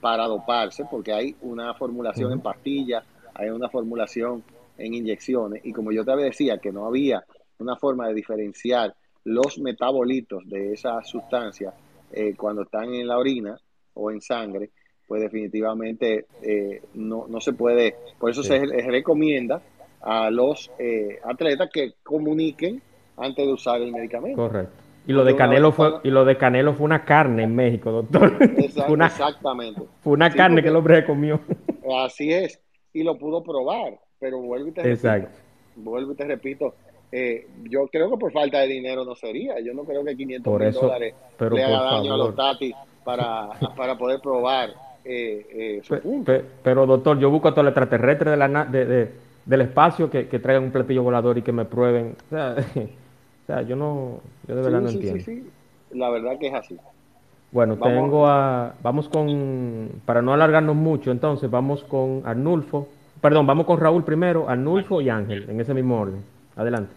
para doparse, porque hay una formulación en Ujú. pastillas, hay una formulación en inyecciones, y como yo te decía que no había una forma de diferenciar los metabolitos de esa sustancia eh, cuando están en la orina o en sangre, pues definitivamente eh, no, no se puede, por eso Sí, se les recomienda a los eh, atletas que comuniquen antes de usar el medicamento, correcto. Y lo porque de una vez Canelo fue, están, y lo de Canelo fue una carne en México, doctor. esa, Fue una, exactamente, fue una sí, carne que el porque hombre se comió. así es, y lo pudo probar, pero vuelvo y te repito, Exacto. vuelvo y te repito, eh, yo creo que por falta de dinero no sería, yo no creo que quinientos Por mil eso, dólares pero le haga por daño a los favor. tatis para, para poder probar eh, eh, su Pe- punto. pe- pero doctor, yo busco a todos los extraterrestres de la, na- de- de- del espacio que, que traigan un platillo volador y que me prueben. O sea, o sea, yo no, yo de verdad Sí, no sí, sí, entiendo. sí, la verdad que es así. Bueno, Vamos, tengo a, vamos con, para no alargarnos mucho, entonces vamos con Arnulfo, perdón, vamos con Raúl primero, Arnulfo y Ángel, en ese mismo orden. Adelante.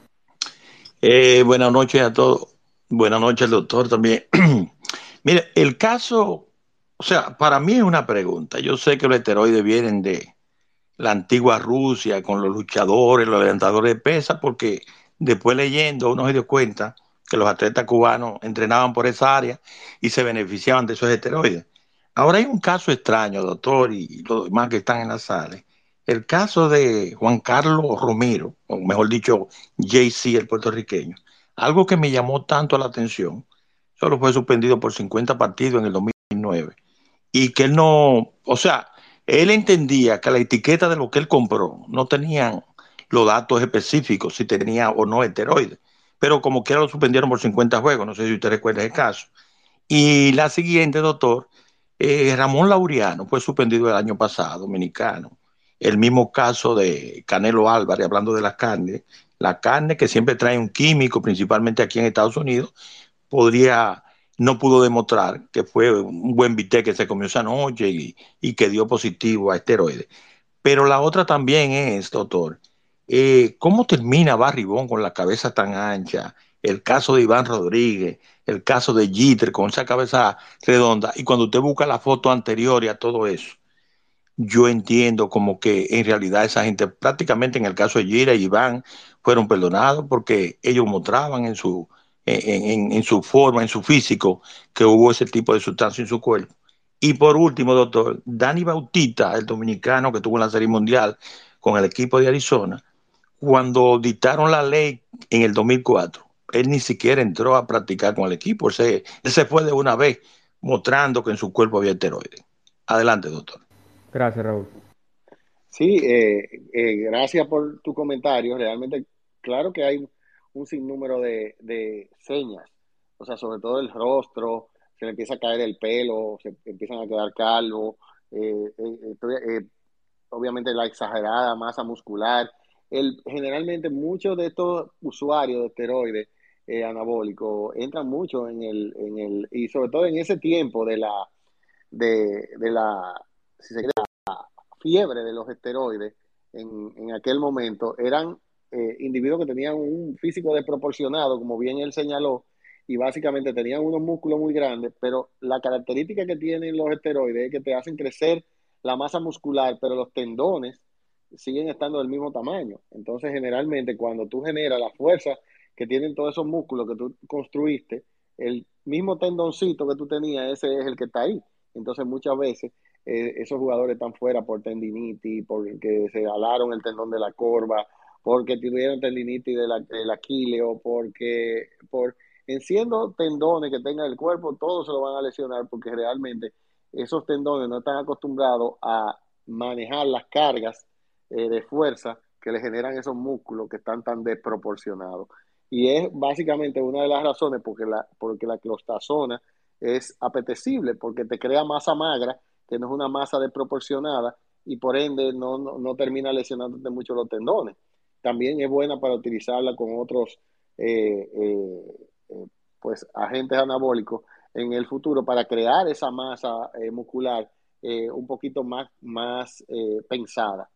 Eh, buenas noches a todos. Buenas noches al doctor también. Mire, el caso, o sea, para mí es una pregunta. Yo sé que los esteroides vienen de la antigua Rusia con los luchadores, los levantadores de pesas, porque después leyendo uno se dio cuenta que los atletas cubanos entrenaban por esa área y se beneficiaban de esos esteroides. Ahora hay un caso extraño, doctor, y los demás que están en la sala. El caso de Juan Carlos Romero, o mejor dicho, Jay Z, el puertorriqueño. Algo que me llamó tanto la atención, solo fue suspendido por cincuenta partidos en el dos mil nueve. Y que él no, o sea, él entendía que la etiqueta de lo que él compró no tenían los datos específicos, si tenía o no esteroides. Pero como quiera lo suspendieron por cincuenta juegos, no sé si usted recuerda ese caso. Y la siguiente, doctor, eh, Ramón Laureano fue suspendido el año pasado, dominicano. El mismo caso de Canelo Álvarez, hablando de las carnes, la carne que siempre trae un químico, principalmente aquí en Estados Unidos, podría, no pudo demostrar que fue un buen bistec que se comió esa noche y, y que dio positivo a esteroides. Pero la otra también es, doctor, eh, ¿cómo termina Barribón con la cabeza tan ancha? El caso de Iván Rodríguez, el caso de Jeter con esa cabeza redonda. Y cuando usted busca la foto anterior y a todo eso, yo entiendo como que en realidad esa gente, prácticamente en el caso de Gira y Iván, fueron perdonados porque ellos mostraban en su, en, en, en su forma, en su físico, que hubo ese tipo de sustancia en su cuerpo. Y por último, doctor, Dani Bautista, el dominicano que tuvo en la Serie Mundial con el equipo de Arizona, cuando dictaron la ley en el dos mil cuatro, él ni siquiera entró a practicar con el equipo, él se, él se fue de una vez mostrando que en su cuerpo había esteroides. Adelante, doctor. Gracias, Raúl. sí, eh, eh, gracias por tu comentario. Realmente, claro que hay un sinnúmero de, de señas, o sea, sobre todo el rostro, se le empieza a caer el pelo, se empiezan a quedar calvo, eh, eh, eh, obviamente la exagerada masa muscular. El, generalmente muchos de estos usuarios de esteroides eh, anabólicos entran mucho en el, en el, y sobre todo en ese tiempo de la, de, de la, si se quiere, fiebre de los esteroides en, en aquel momento, eran eh, individuos que tenían un físico desproporcionado, como bien él señaló, y básicamente tenían unos músculos muy grandes, pero la característica que tienen los esteroides es que te hacen crecer la masa muscular, pero los tendones siguen estando del mismo tamaño. Entonces, generalmente, cuando tú generas la fuerza que tienen todos esos músculos que tú construiste, el mismo tendoncito que tú tenías, ese es el que está ahí. Entonces, muchas veces eh, esos jugadores están fuera por tendinitis, porque se alaron el tendón de la corva, porque tuvieron tendinitis de la, del aquileo, porque por enciendo tendones que tenga el cuerpo, todos se lo van a lesionar porque realmente esos tendones no están acostumbrados a manejar las cargas eh, de fuerza que le generan esos músculos que están tan desproporcionados. Y es básicamente una de las razones porque la, porque la clostazona es apetecible, porque te crea masa magra, que no es una masa desproporcionada, y por ende no, no, no termina lesionándote mucho los tendones. También es buena para utilizarla con otros eh, eh, eh, pues, agentes anabólicos en el futuro para crear esa masa eh, muscular eh, un poquito más, más eh, pensada.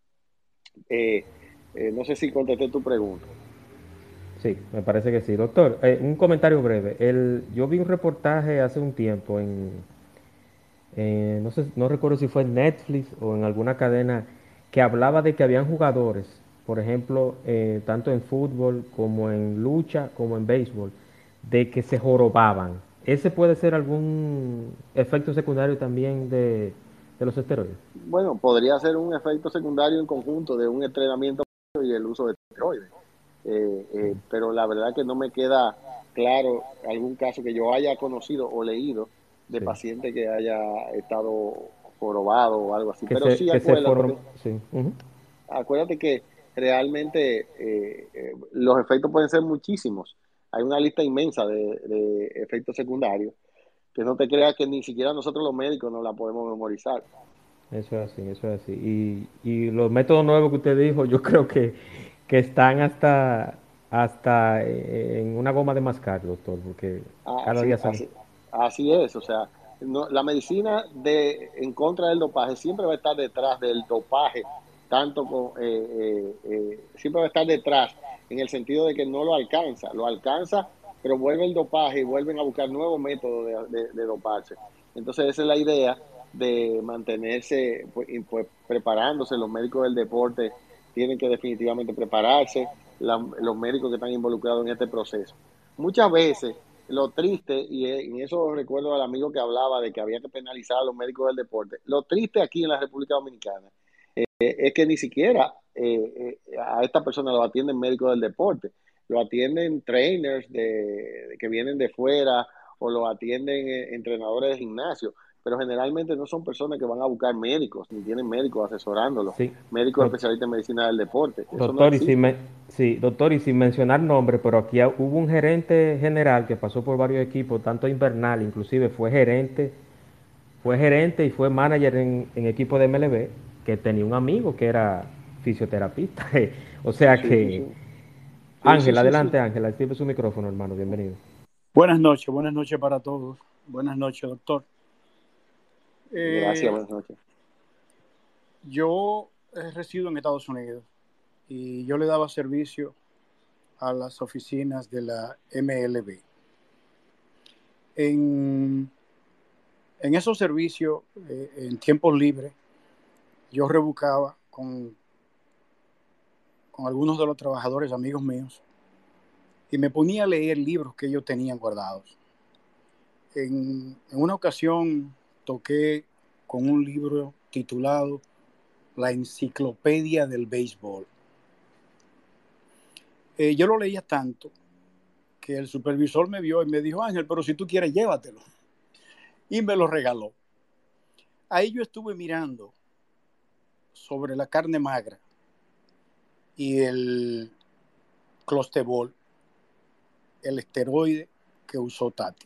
Eh, eh, no sé si contesté tu pregunta. Sí, me parece que sí. Doctor, eh, un comentario breve. El, yo vi un reportaje hace un tiempo en, eh, no sé, no recuerdo si fue en Netflix o en alguna cadena, que hablaba de que habían jugadores, por ejemplo, eh, tanto en fútbol como en lucha, como en béisbol, de que se jorobaban. ¿Ese puede ser algún efecto secundario también de, de los esteroides? Bueno, podría ser un efecto secundario en conjunto de un entrenamiento y el uso de esteroides. Eh, eh, pero la verdad que no me queda claro algún caso que yo haya conocido o leído de Sí. paciente que haya estado jorobado o algo así. Que Pero se, sí, que se acuérdate form... que, Sí. Ujú. acuérdate que realmente eh, eh, los efectos pueden ser muchísimos. Hay una lista inmensa de, de efectos secundarios que no te creas que ni siquiera nosotros los médicos no la podemos memorizar. Eso es así, eso es así. Y, y los métodos nuevos que usted dijo, yo creo que, que están hasta, hasta eh, en una goma de mascar, doctor, porque cada Así, día sale. así, así es, o sea, no, la medicina de, en contra del dopaje siempre va a estar detrás del dopaje, tanto con, eh, eh, eh, siempre va a estar detrás en el sentido de que no lo alcanza, lo alcanza, pero vuelve el dopaje y vuelven a buscar nuevos métodos de, de, de doparse. Entonces esa es la idea de mantenerse pues, y, pues, preparándose. Los médicos del deporte tienen que definitivamente prepararse, la, los médicos que están involucrados en este proceso. Muchas veces lo triste, y en eso recuerdo al amigo que hablaba de que había que penalizar a los médicos del deporte, lo triste aquí en la República Dominicana eh, es que ni siquiera eh, eh, a esta persona lo atienden médicos del deporte, lo atienden trainers de, de que vienen de fuera o lo atienden eh, entrenadores de gimnasio, pero generalmente no son personas que van a buscar médicos, ni tienen médicos asesorándolos, Sí. médicos Doc- especialistas en medicina del deporte, eso no Doctor, y sin, existe. me- sí, doctor, y sin mencionar nombres, pero aquí ha- hubo un gerente general que pasó por varios equipos, tanto invernal, inclusive fue gerente, fue gerente y fue manager en, en equipo de M L B, que tenía un amigo que era fisioterapista. O sea Sí, sí, sí. que, Sí, sí, Ángel, sí, sí. adelante, Ángel, active su micrófono, hermano, bienvenido. Buenas noches, buenas noches para todos. Buenas noches, doctor. Gracias, Eh, buenas noches. yo eh, resido en Estados Unidos y yo le daba servicio a las oficinas de la M L B. En, en esos servicios, eh, en tiempos libres, yo rebucaba con, con algunos de los trabajadores, amigos míos, y me ponía a leer libros que ellos tenían guardados. En, en una ocasión toqué con un libro titulado La Enciclopedia del Béisbol. Eh, yo lo leía tanto que el supervisor me vio y me dijo, Ángel, pero si tú quieres, llévatelo. Y me lo regaló. Ahí yo estuve mirando sobre la carne magra y el clostebol, el esteroide que usó Tati.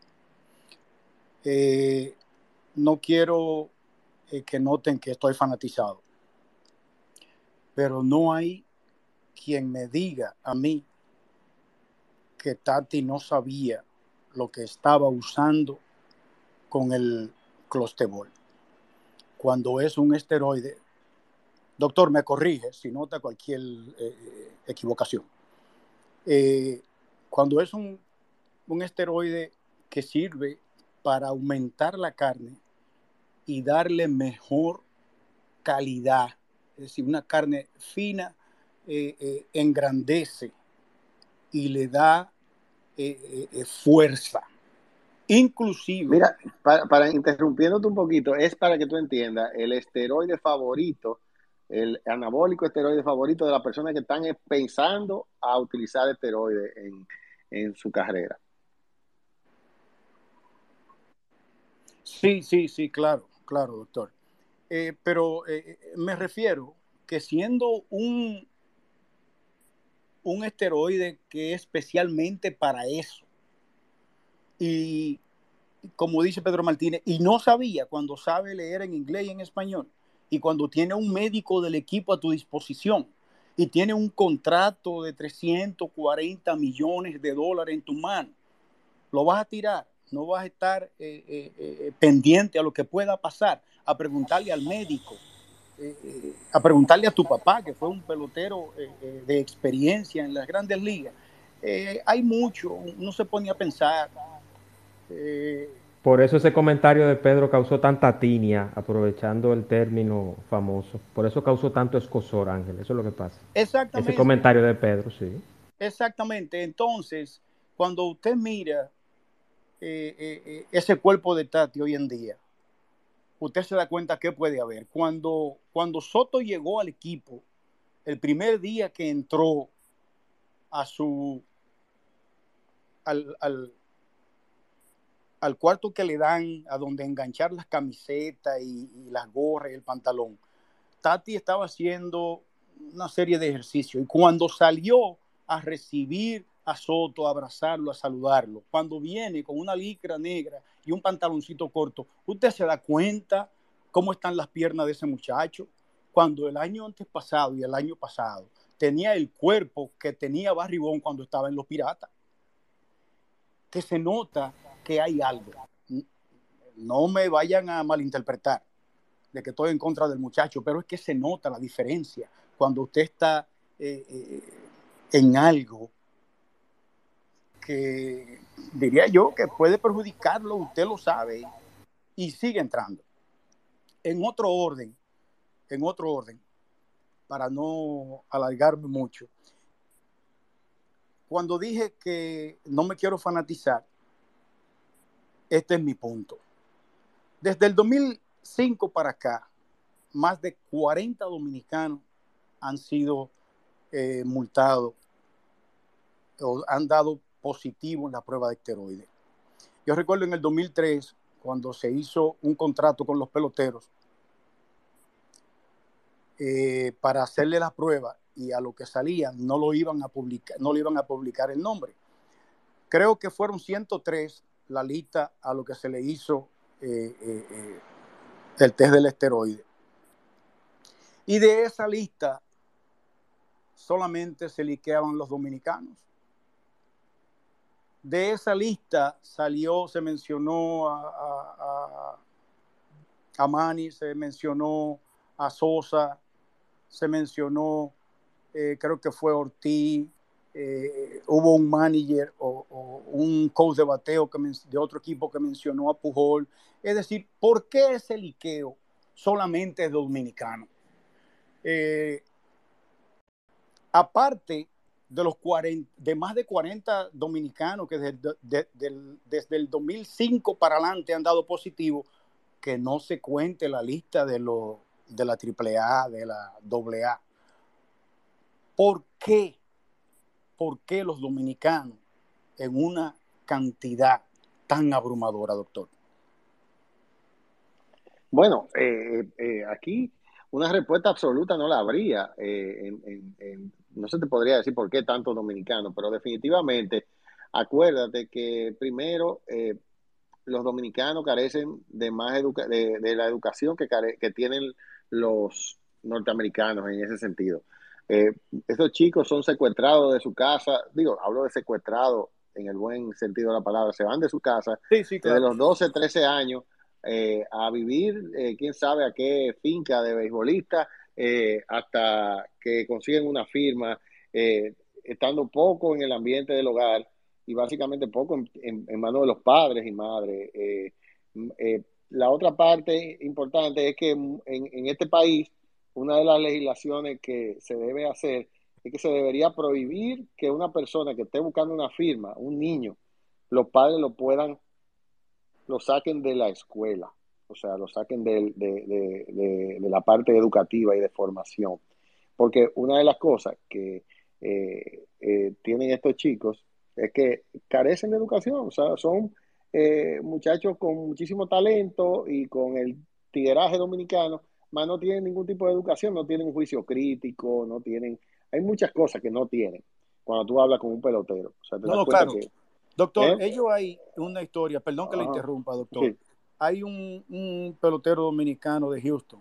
Eh, no quiero eh, que noten que estoy fanatizado, pero no hay quien me diga a mí que Tati no sabía lo que estaba usando con el clostebol. Cuando es un esteroide, doctor, me corrige si nota cualquier eh, equivocación. Eh, cuando es un, un esteroide que sirve para aumentar la carne y darle mejor calidad, es decir, una carne fina, eh, eh, engrandece y le da eh, eh, fuerza. Inclusive, Mira, para, para interrumpiéndote un poquito, es para que tú entiendas, el esteroide favorito, el anabólico esteroide favorito de las personas que están pensando a utilizar esteroides en, en su carrera. sí, sí, sí, claro, claro, doctor. Eh, pero eh, me refiero que siendo un, un esteroide que es especialmente para eso, y como dice Pedro Martínez, y no sabía cuando sabe leer en inglés y en español, y cuando tiene un médico del equipo a tu disposición, y tiene un contrato de trescientos cuarenta millones de dólares en tu mano, lo vas a tirar, no vas a estar eh, eh, eh, pendiente a lo que pueda pasar, a preguntarle al médico, eh, eh, a preguntarle a tu papá, que fue un pelotero eh, eh, de experiencia en las grandes ligas. Eh, hay mucho, uno se pone a pensar, eh, Por eso ese comentario de Pedro causó tanta tinia, aprovechando el término famoso. Por eso causó tanto escozor, Ángel. Eso es lo que pasa. Ese Exactamente, comentario de Pedro, sí. exactamente. Entonces, cuando usted mira eh, eh, eh, ese cuerpo de Tati hoy en día, usted se da cuenta que puede haber. Cuando, cuando Soto llegó al equipo, el primer día que entró a su al, al, al cuarto que le dan a donde enganchar las camisetas y, y las gorras y el pantalón, Tati estaba haciendo una serie de ejercicios y cuando salió a recibir a Soto, a abrazarlo, a saludarlo, cuando viene con una licra negra y un pantaloncito corto, usted se da cuenta cómo están las piernas de ese muchacho. Cuando el año antes pasado y el año pasado tenía el cuerpo que tenía Barribón cuando estaba en los Piratas, que se nota que hay algo. No me vayan a malinterpretar de que estoy en contra del muchacho, pero es que se nota la diferencia cuando usted está eh, eh, en algo que diría yo que puede perjudicarlo, usted lo sabe, y sigue entrando. En otro orden, en otro orden, para no alargarme mucho, cuando dije que no me quiero fanatizar, este es mi punto. Desde el dos mil cinco para acá, más de cuarenta dominicanos han sido eh, multados o han dado positivo en la prueba de esteroides. Yo recuerdo en el dos mil tres, cuando se hizo un contrato con los peloteros eh, para hacerle la prueba, y a lo que salían no lo iban a publicar, no le iban a publicar el nombre. Creo que fueron ciento tres la lista a lo que se le hizo eh, eh, eh, el test del esteroide. Y de esa lista solamente se liqueaban los dominicanos. De esa lista salió, se mencionó a, a, a, a Manny, se mencionó a Sosa, se mencionó, eh, creo que fue Ortiz, eh, hubo un manager o, o un coach de bateo que men- de otro equipo que mencionó a Pujol. Es decir, ¿por qué ese liqueo solamente es dominicano? Eh, aparte de los cuarenta, de más de cuarenta dominicanos que desde, de, de, desde el dos mil cinco para adelante han dado positivo, que no se cuente la lista de, lo, de la triple A, de la doble A. ¿Por qué? ¿Por qué los dominicanos en una cantidad tan abrumadora, doctor? Bueno, eh, eh, aquí una respuesta absoluta no la habría. Eh, en, en, en, no se te podría decir por qué tantos dominicanos, pero definitivamente acuérdate que primero eh, los dominicanos carecen de más educa de, de la educación que, care que tienen los norteamericanos en ese sentido. Eh, estos chicos son secuestrados de su casa, digo, hablo de secuestrados en el buen sentido de la palabra, se van de su casa sí, sí, claro. desde los doce, trece años eh, a vivir, eh, quién sabe a qué finca de beisbolista, eh, hasta que consiguen una firma, eh, estando poco en el ambiente del hogar y básicamente poco en, en, en manos de los padres y madres. Eh, eh, la otra parte importante es que en, en este país, una de las legislaciones que se debe hacer es que se debería prohibir que una persona que esté buscando una firma, un niño, los padres lo puedan, lo saquen de la escuela, o sea, lo saquen de, de, de, de, de la parte educativa y de formación. Porque una de las cosas que eh, eh, tienen estos chicos es que carecen de educación, o sea, son eh, muchachos con muchísimo talento y con el tigueraje dominicano, más no tienen ningún tipo de educación, no tienen un juicio crítico, no tienen, hay muchas cosas que no tienen cuando tú hablas con un pelotero. O sea, te No, das no, cuenta claro. que... Doctor, ¿eh? ellos hay una historia, perdón que le Ajá. interrumpa, doctor. Sí. Hay un, un pelotero dominicano de Houston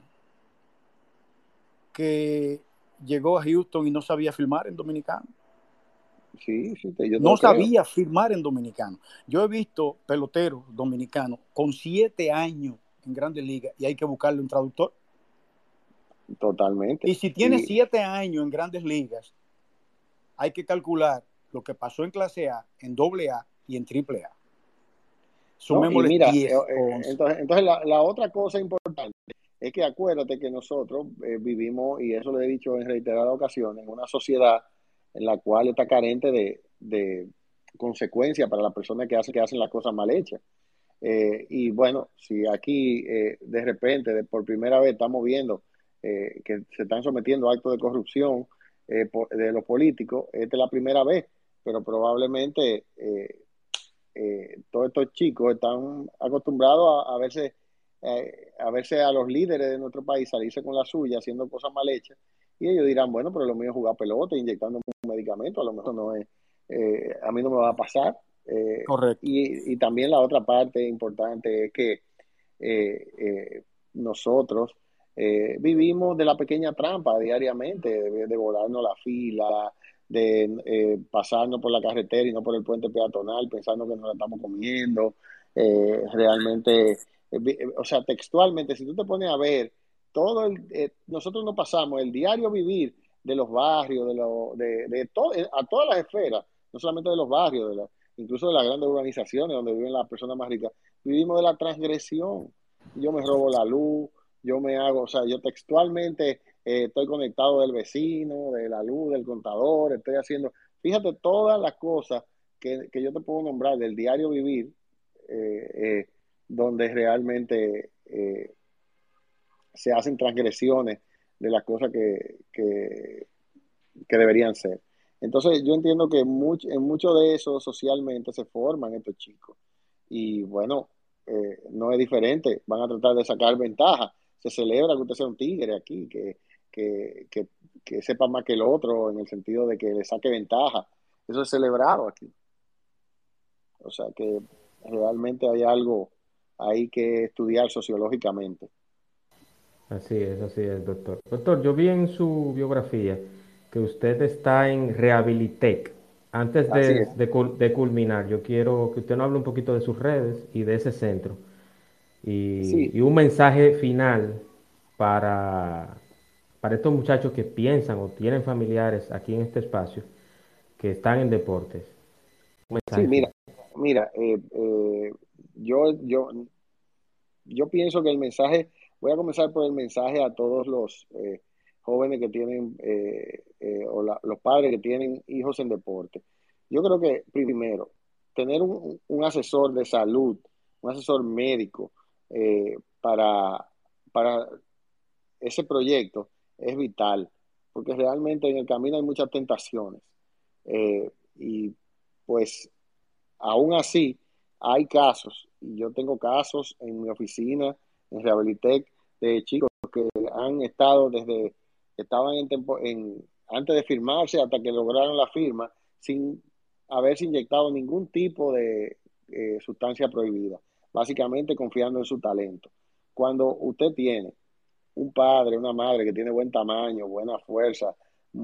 que llegó a Houston y no sabía filmar en dominicano. Sí, sí, yo no lo creo. sabía filmar en dominicano. Yo he visto peloteros dominicanos con siete años en Grandes Ligas y hay que buscarle un traductor. Totalmente. Y si tiene Y- siete años en Grandes Ligas, hay que calcular lo que pasó en clase A, en doble A y en triple A. No, y Sumémosle mira, eh, diez o eh, once. entonces, entonces la, la otra cosa importante es que acuérdate que nosotros eh, vivimos, y eso lo he dicho en reiteradas ocasiones, en una sociedad en la cual está carente de, de consecuencias para las personas que hacen, que hacen las cosas mal hechas. Eh, y bueno, si aquí eh, de repente, de, por primera vez, estamos viendo eh, que se están sometiendo a actos de corrupción eh, por, de los políticos, esta es la primera vez, pero probablemente eh, eh, todos estos chicos están acostumbrados a, a verse eh, a verse a los líderes de nuestro país salirse con la suya haciendo cosas mal hechas y ellos dirán, bueno, pero lo mío es jugar pelota, inyectando un medicamento, a lo mejor no es, eh, a mí no me va a pasar. Eh, Correcto. y, y también la otra parte importante es que eh, eh, nosotros eh, vivimos de la pequeña trampa diariamente, de, de volarnos la fila, de eh, pasarnos por la carretera y no por el puente peatonal, pensando que nos la estamos comiendo. Eh, realmente, eh, o sea, textualmente, si tú te pones a ver, todo el, eh, nosotros nos pasamos el diario vivir de los barrios, de, lo, de, de to, a todas las esferas, no solamente de los barrios, de la, incluso de las grandes urbanizaciones donde viven las personas más ricas, vivimos de la transgresión. Yo me robo la luz, yo me hago, o sea, yo textualmente eh, estoy conectado del vecino, de la luz, del contador, estoy haciendo, fíjate todas las cosas que, que yo te puedo nombrar del diario vivir, eh, eh, donde realmente eh, se hacen transgresiones de las cosas que, que, que deberían ser. Entonces yo entiendo que much, en mucho de eso socialmente se forman estos chicos. Y bueno, eh, no es diferente, van a tratar de sacar ventaja. Se celebra que usted sea un tigre aquí, que, que, que, que sepa más que el otro en el sentido de que le saque ventaja. Eso es celebrado aquí. O sea que realmente hay algo ahí que estudiar sociológicamente. Así es, así es, doctor. Doctor, yo vi en su biografía que usted está en Rehabilitec. Antes Así de, es. de cul- de culminar, yo quiero que usted nos hable un poquito de sus redes y de ese centro. Y, Sí, y un mensaje final para, para estos muchachos que piensan o tienen familiares aquí en este espacio que están en deportes. Un sí, mensaje mira, final. mira, eh, eh, yo, yo, yo pienso que el mensaje, voy a comenzar por el mensaje a todos los eh, jóvenes que tienen, eh, eh, o la, los padres que tienen hijos en deporte. Yo creo que primero, tener un, un asesor de salud, un asesor médico eh, para, para ese proyecto es vital, porque realmente en el camino hay muchas tentaciones. Eh, y pues aún así, hay casos, y yo tengo casos en mi oficina, en Rehabilitec, de chicos que han estado desde, estaban en, tempo, en antes de firmarse hasta que lograron la firma, sin haberse inyectado ningún tipo de eh, sustancia prohibida, básicamente confiando en su talento. Cuando usted tiene un padre, una madre que tiene buen tamaño, buena fuerza,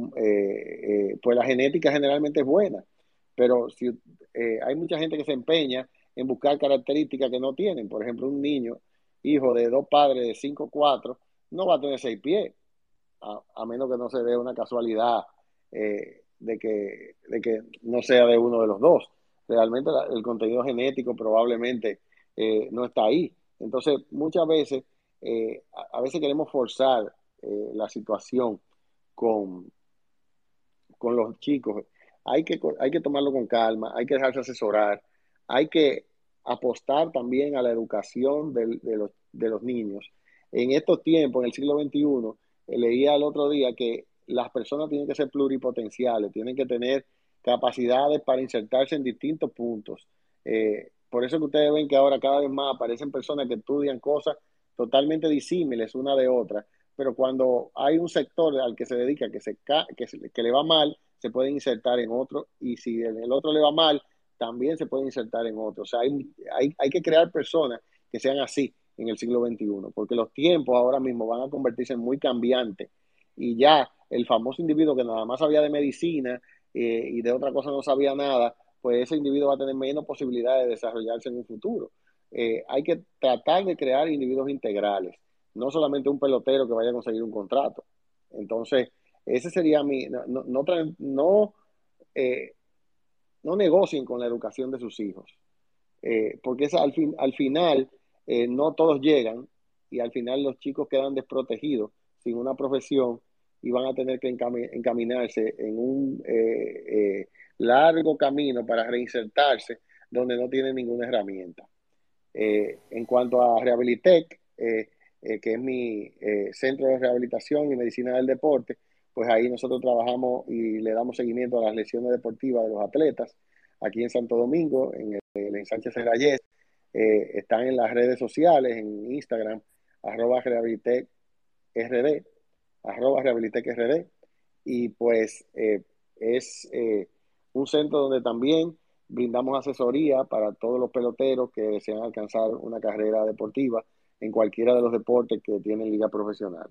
eh, eh, pues la genética generalmente es buena, pero si eh, hay mucha gente que se empeña en buscar características que no tienen, por ejemplo, un niño, hijo de dos padres de cinco cuatro, no va a tener seis pies, a, a menos que no se dé una casualidad eh, de, que, de que no sea de uno de los dos. Realmente la, el contenido genético probablemente eh, no está ahí. Entonces, muchas veces, eh, a, a, veces queremos forzar eh, la situación con, con los chicos. Hay que, hay que tomarlo con calma, hay que dejarse asesorar, hay que apostar también a la educación de, de, los, de los niños. En estos tiempos, en el siglo veintiuno, eh, leía el otro día que las personas tienen que ser pluripotenciales, tienen que tener capacidades para insertarse en distintos puntos. Eh, por eso que ustedes ven que ahora cada vez más aparecen personas que estudian cosas totalmente disímiles una de otra, pero cuando hay un sector al que se dedica, que, se, que, se, que le va mal, se puede insertar en otro, y si en el otro le va mal, también se puede insertar en otro. O sea, hay, hay, hay que crear personas que sean así en el siglo veintiuno, porque los tiempos ahora mismo van a convertirse en muy cambiantes, y ya el famoso individuo que nada más sabía de medicina eh, y de otra cosa no sabía nada, pues ese individuo va a tener menos posibilidades de desarrollarse en un futuro. Eh, hay que tratar de crear individuos integrales, no solamente un pelotero que vaya a conseguir un contrato. Entonces, ese sería mi, no, no, no, no, eh, no negocien con la educación de sus hijos. eh, porque es al, fin, al final eh, no todos llegan y al final los chicos quedan desprotegidos sin una profesión y van a tener que encami encaminarse en un eh, eh, largo camino para reinsertarse donde no tienen ninguna herramienta. Eh, en cuanto a Rehabilitec, eh, eh, que es mi eh, centro de rehabilitación y medicina del deporte, pues ahí nosotros trabajamos y le damos seguimiento a las lesiones deportivas de los atletas aquí en Santo Domingo, en el, el en Sánchez Serrayes. Eh, están en las redes sociales, en Instagram, arroba Rehabilitec R D, arroba Rehabilitec R D, y pues eh, es eh, un centro donde también brindamos asesoría para todos los peloteros que desean alcanzar una carrera deportiva en cualquiera de los deportes que tienen ligas profesionales.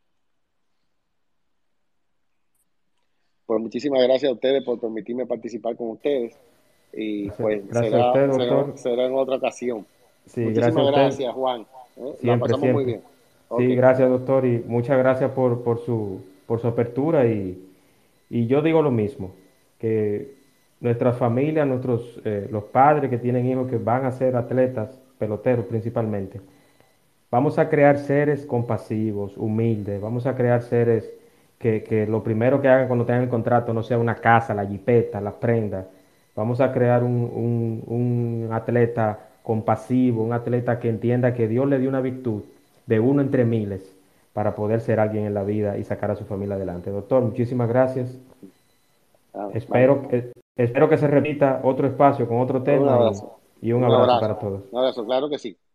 Pues muchísimas gracias a ustedes por permitirme participar con ustedes y Gracias, pues gracias será, a usted, será, doctor. será en otra ocasión. Sí, Muchísimas gracias a usted. gracias, Juan. ¿eh? La Siempre, pasamos muy siempre. bien. Sí, Ok. gracias, doctor, y muchas gracias por, por su, por su apertura y, y yo digo lo mismo, que nuestras familias, nuestros, eh, los padres que tienen hijos que van a ser atletas, peloteros principalmente, vamos a crear seres compasivos, humildes, vamos a crear seres que, que lo primero que hagan cuando tengan el contrato no sea una casa, la jipeta, las prendas. Vamos a crear un, un, un atleta compasivo, un atleta que entienda que Dios le dio una virtud de uno entre miles para poder ser alguien en la vida y sacar a su familia adelante. Doctor, muchísimas gracias. Ah, Espero, vale. que- espero que se repita otro espacio con otro Un tema y, abrazo. y un Un abrazo para abrazo. todos. Un abrazo, claro que sí.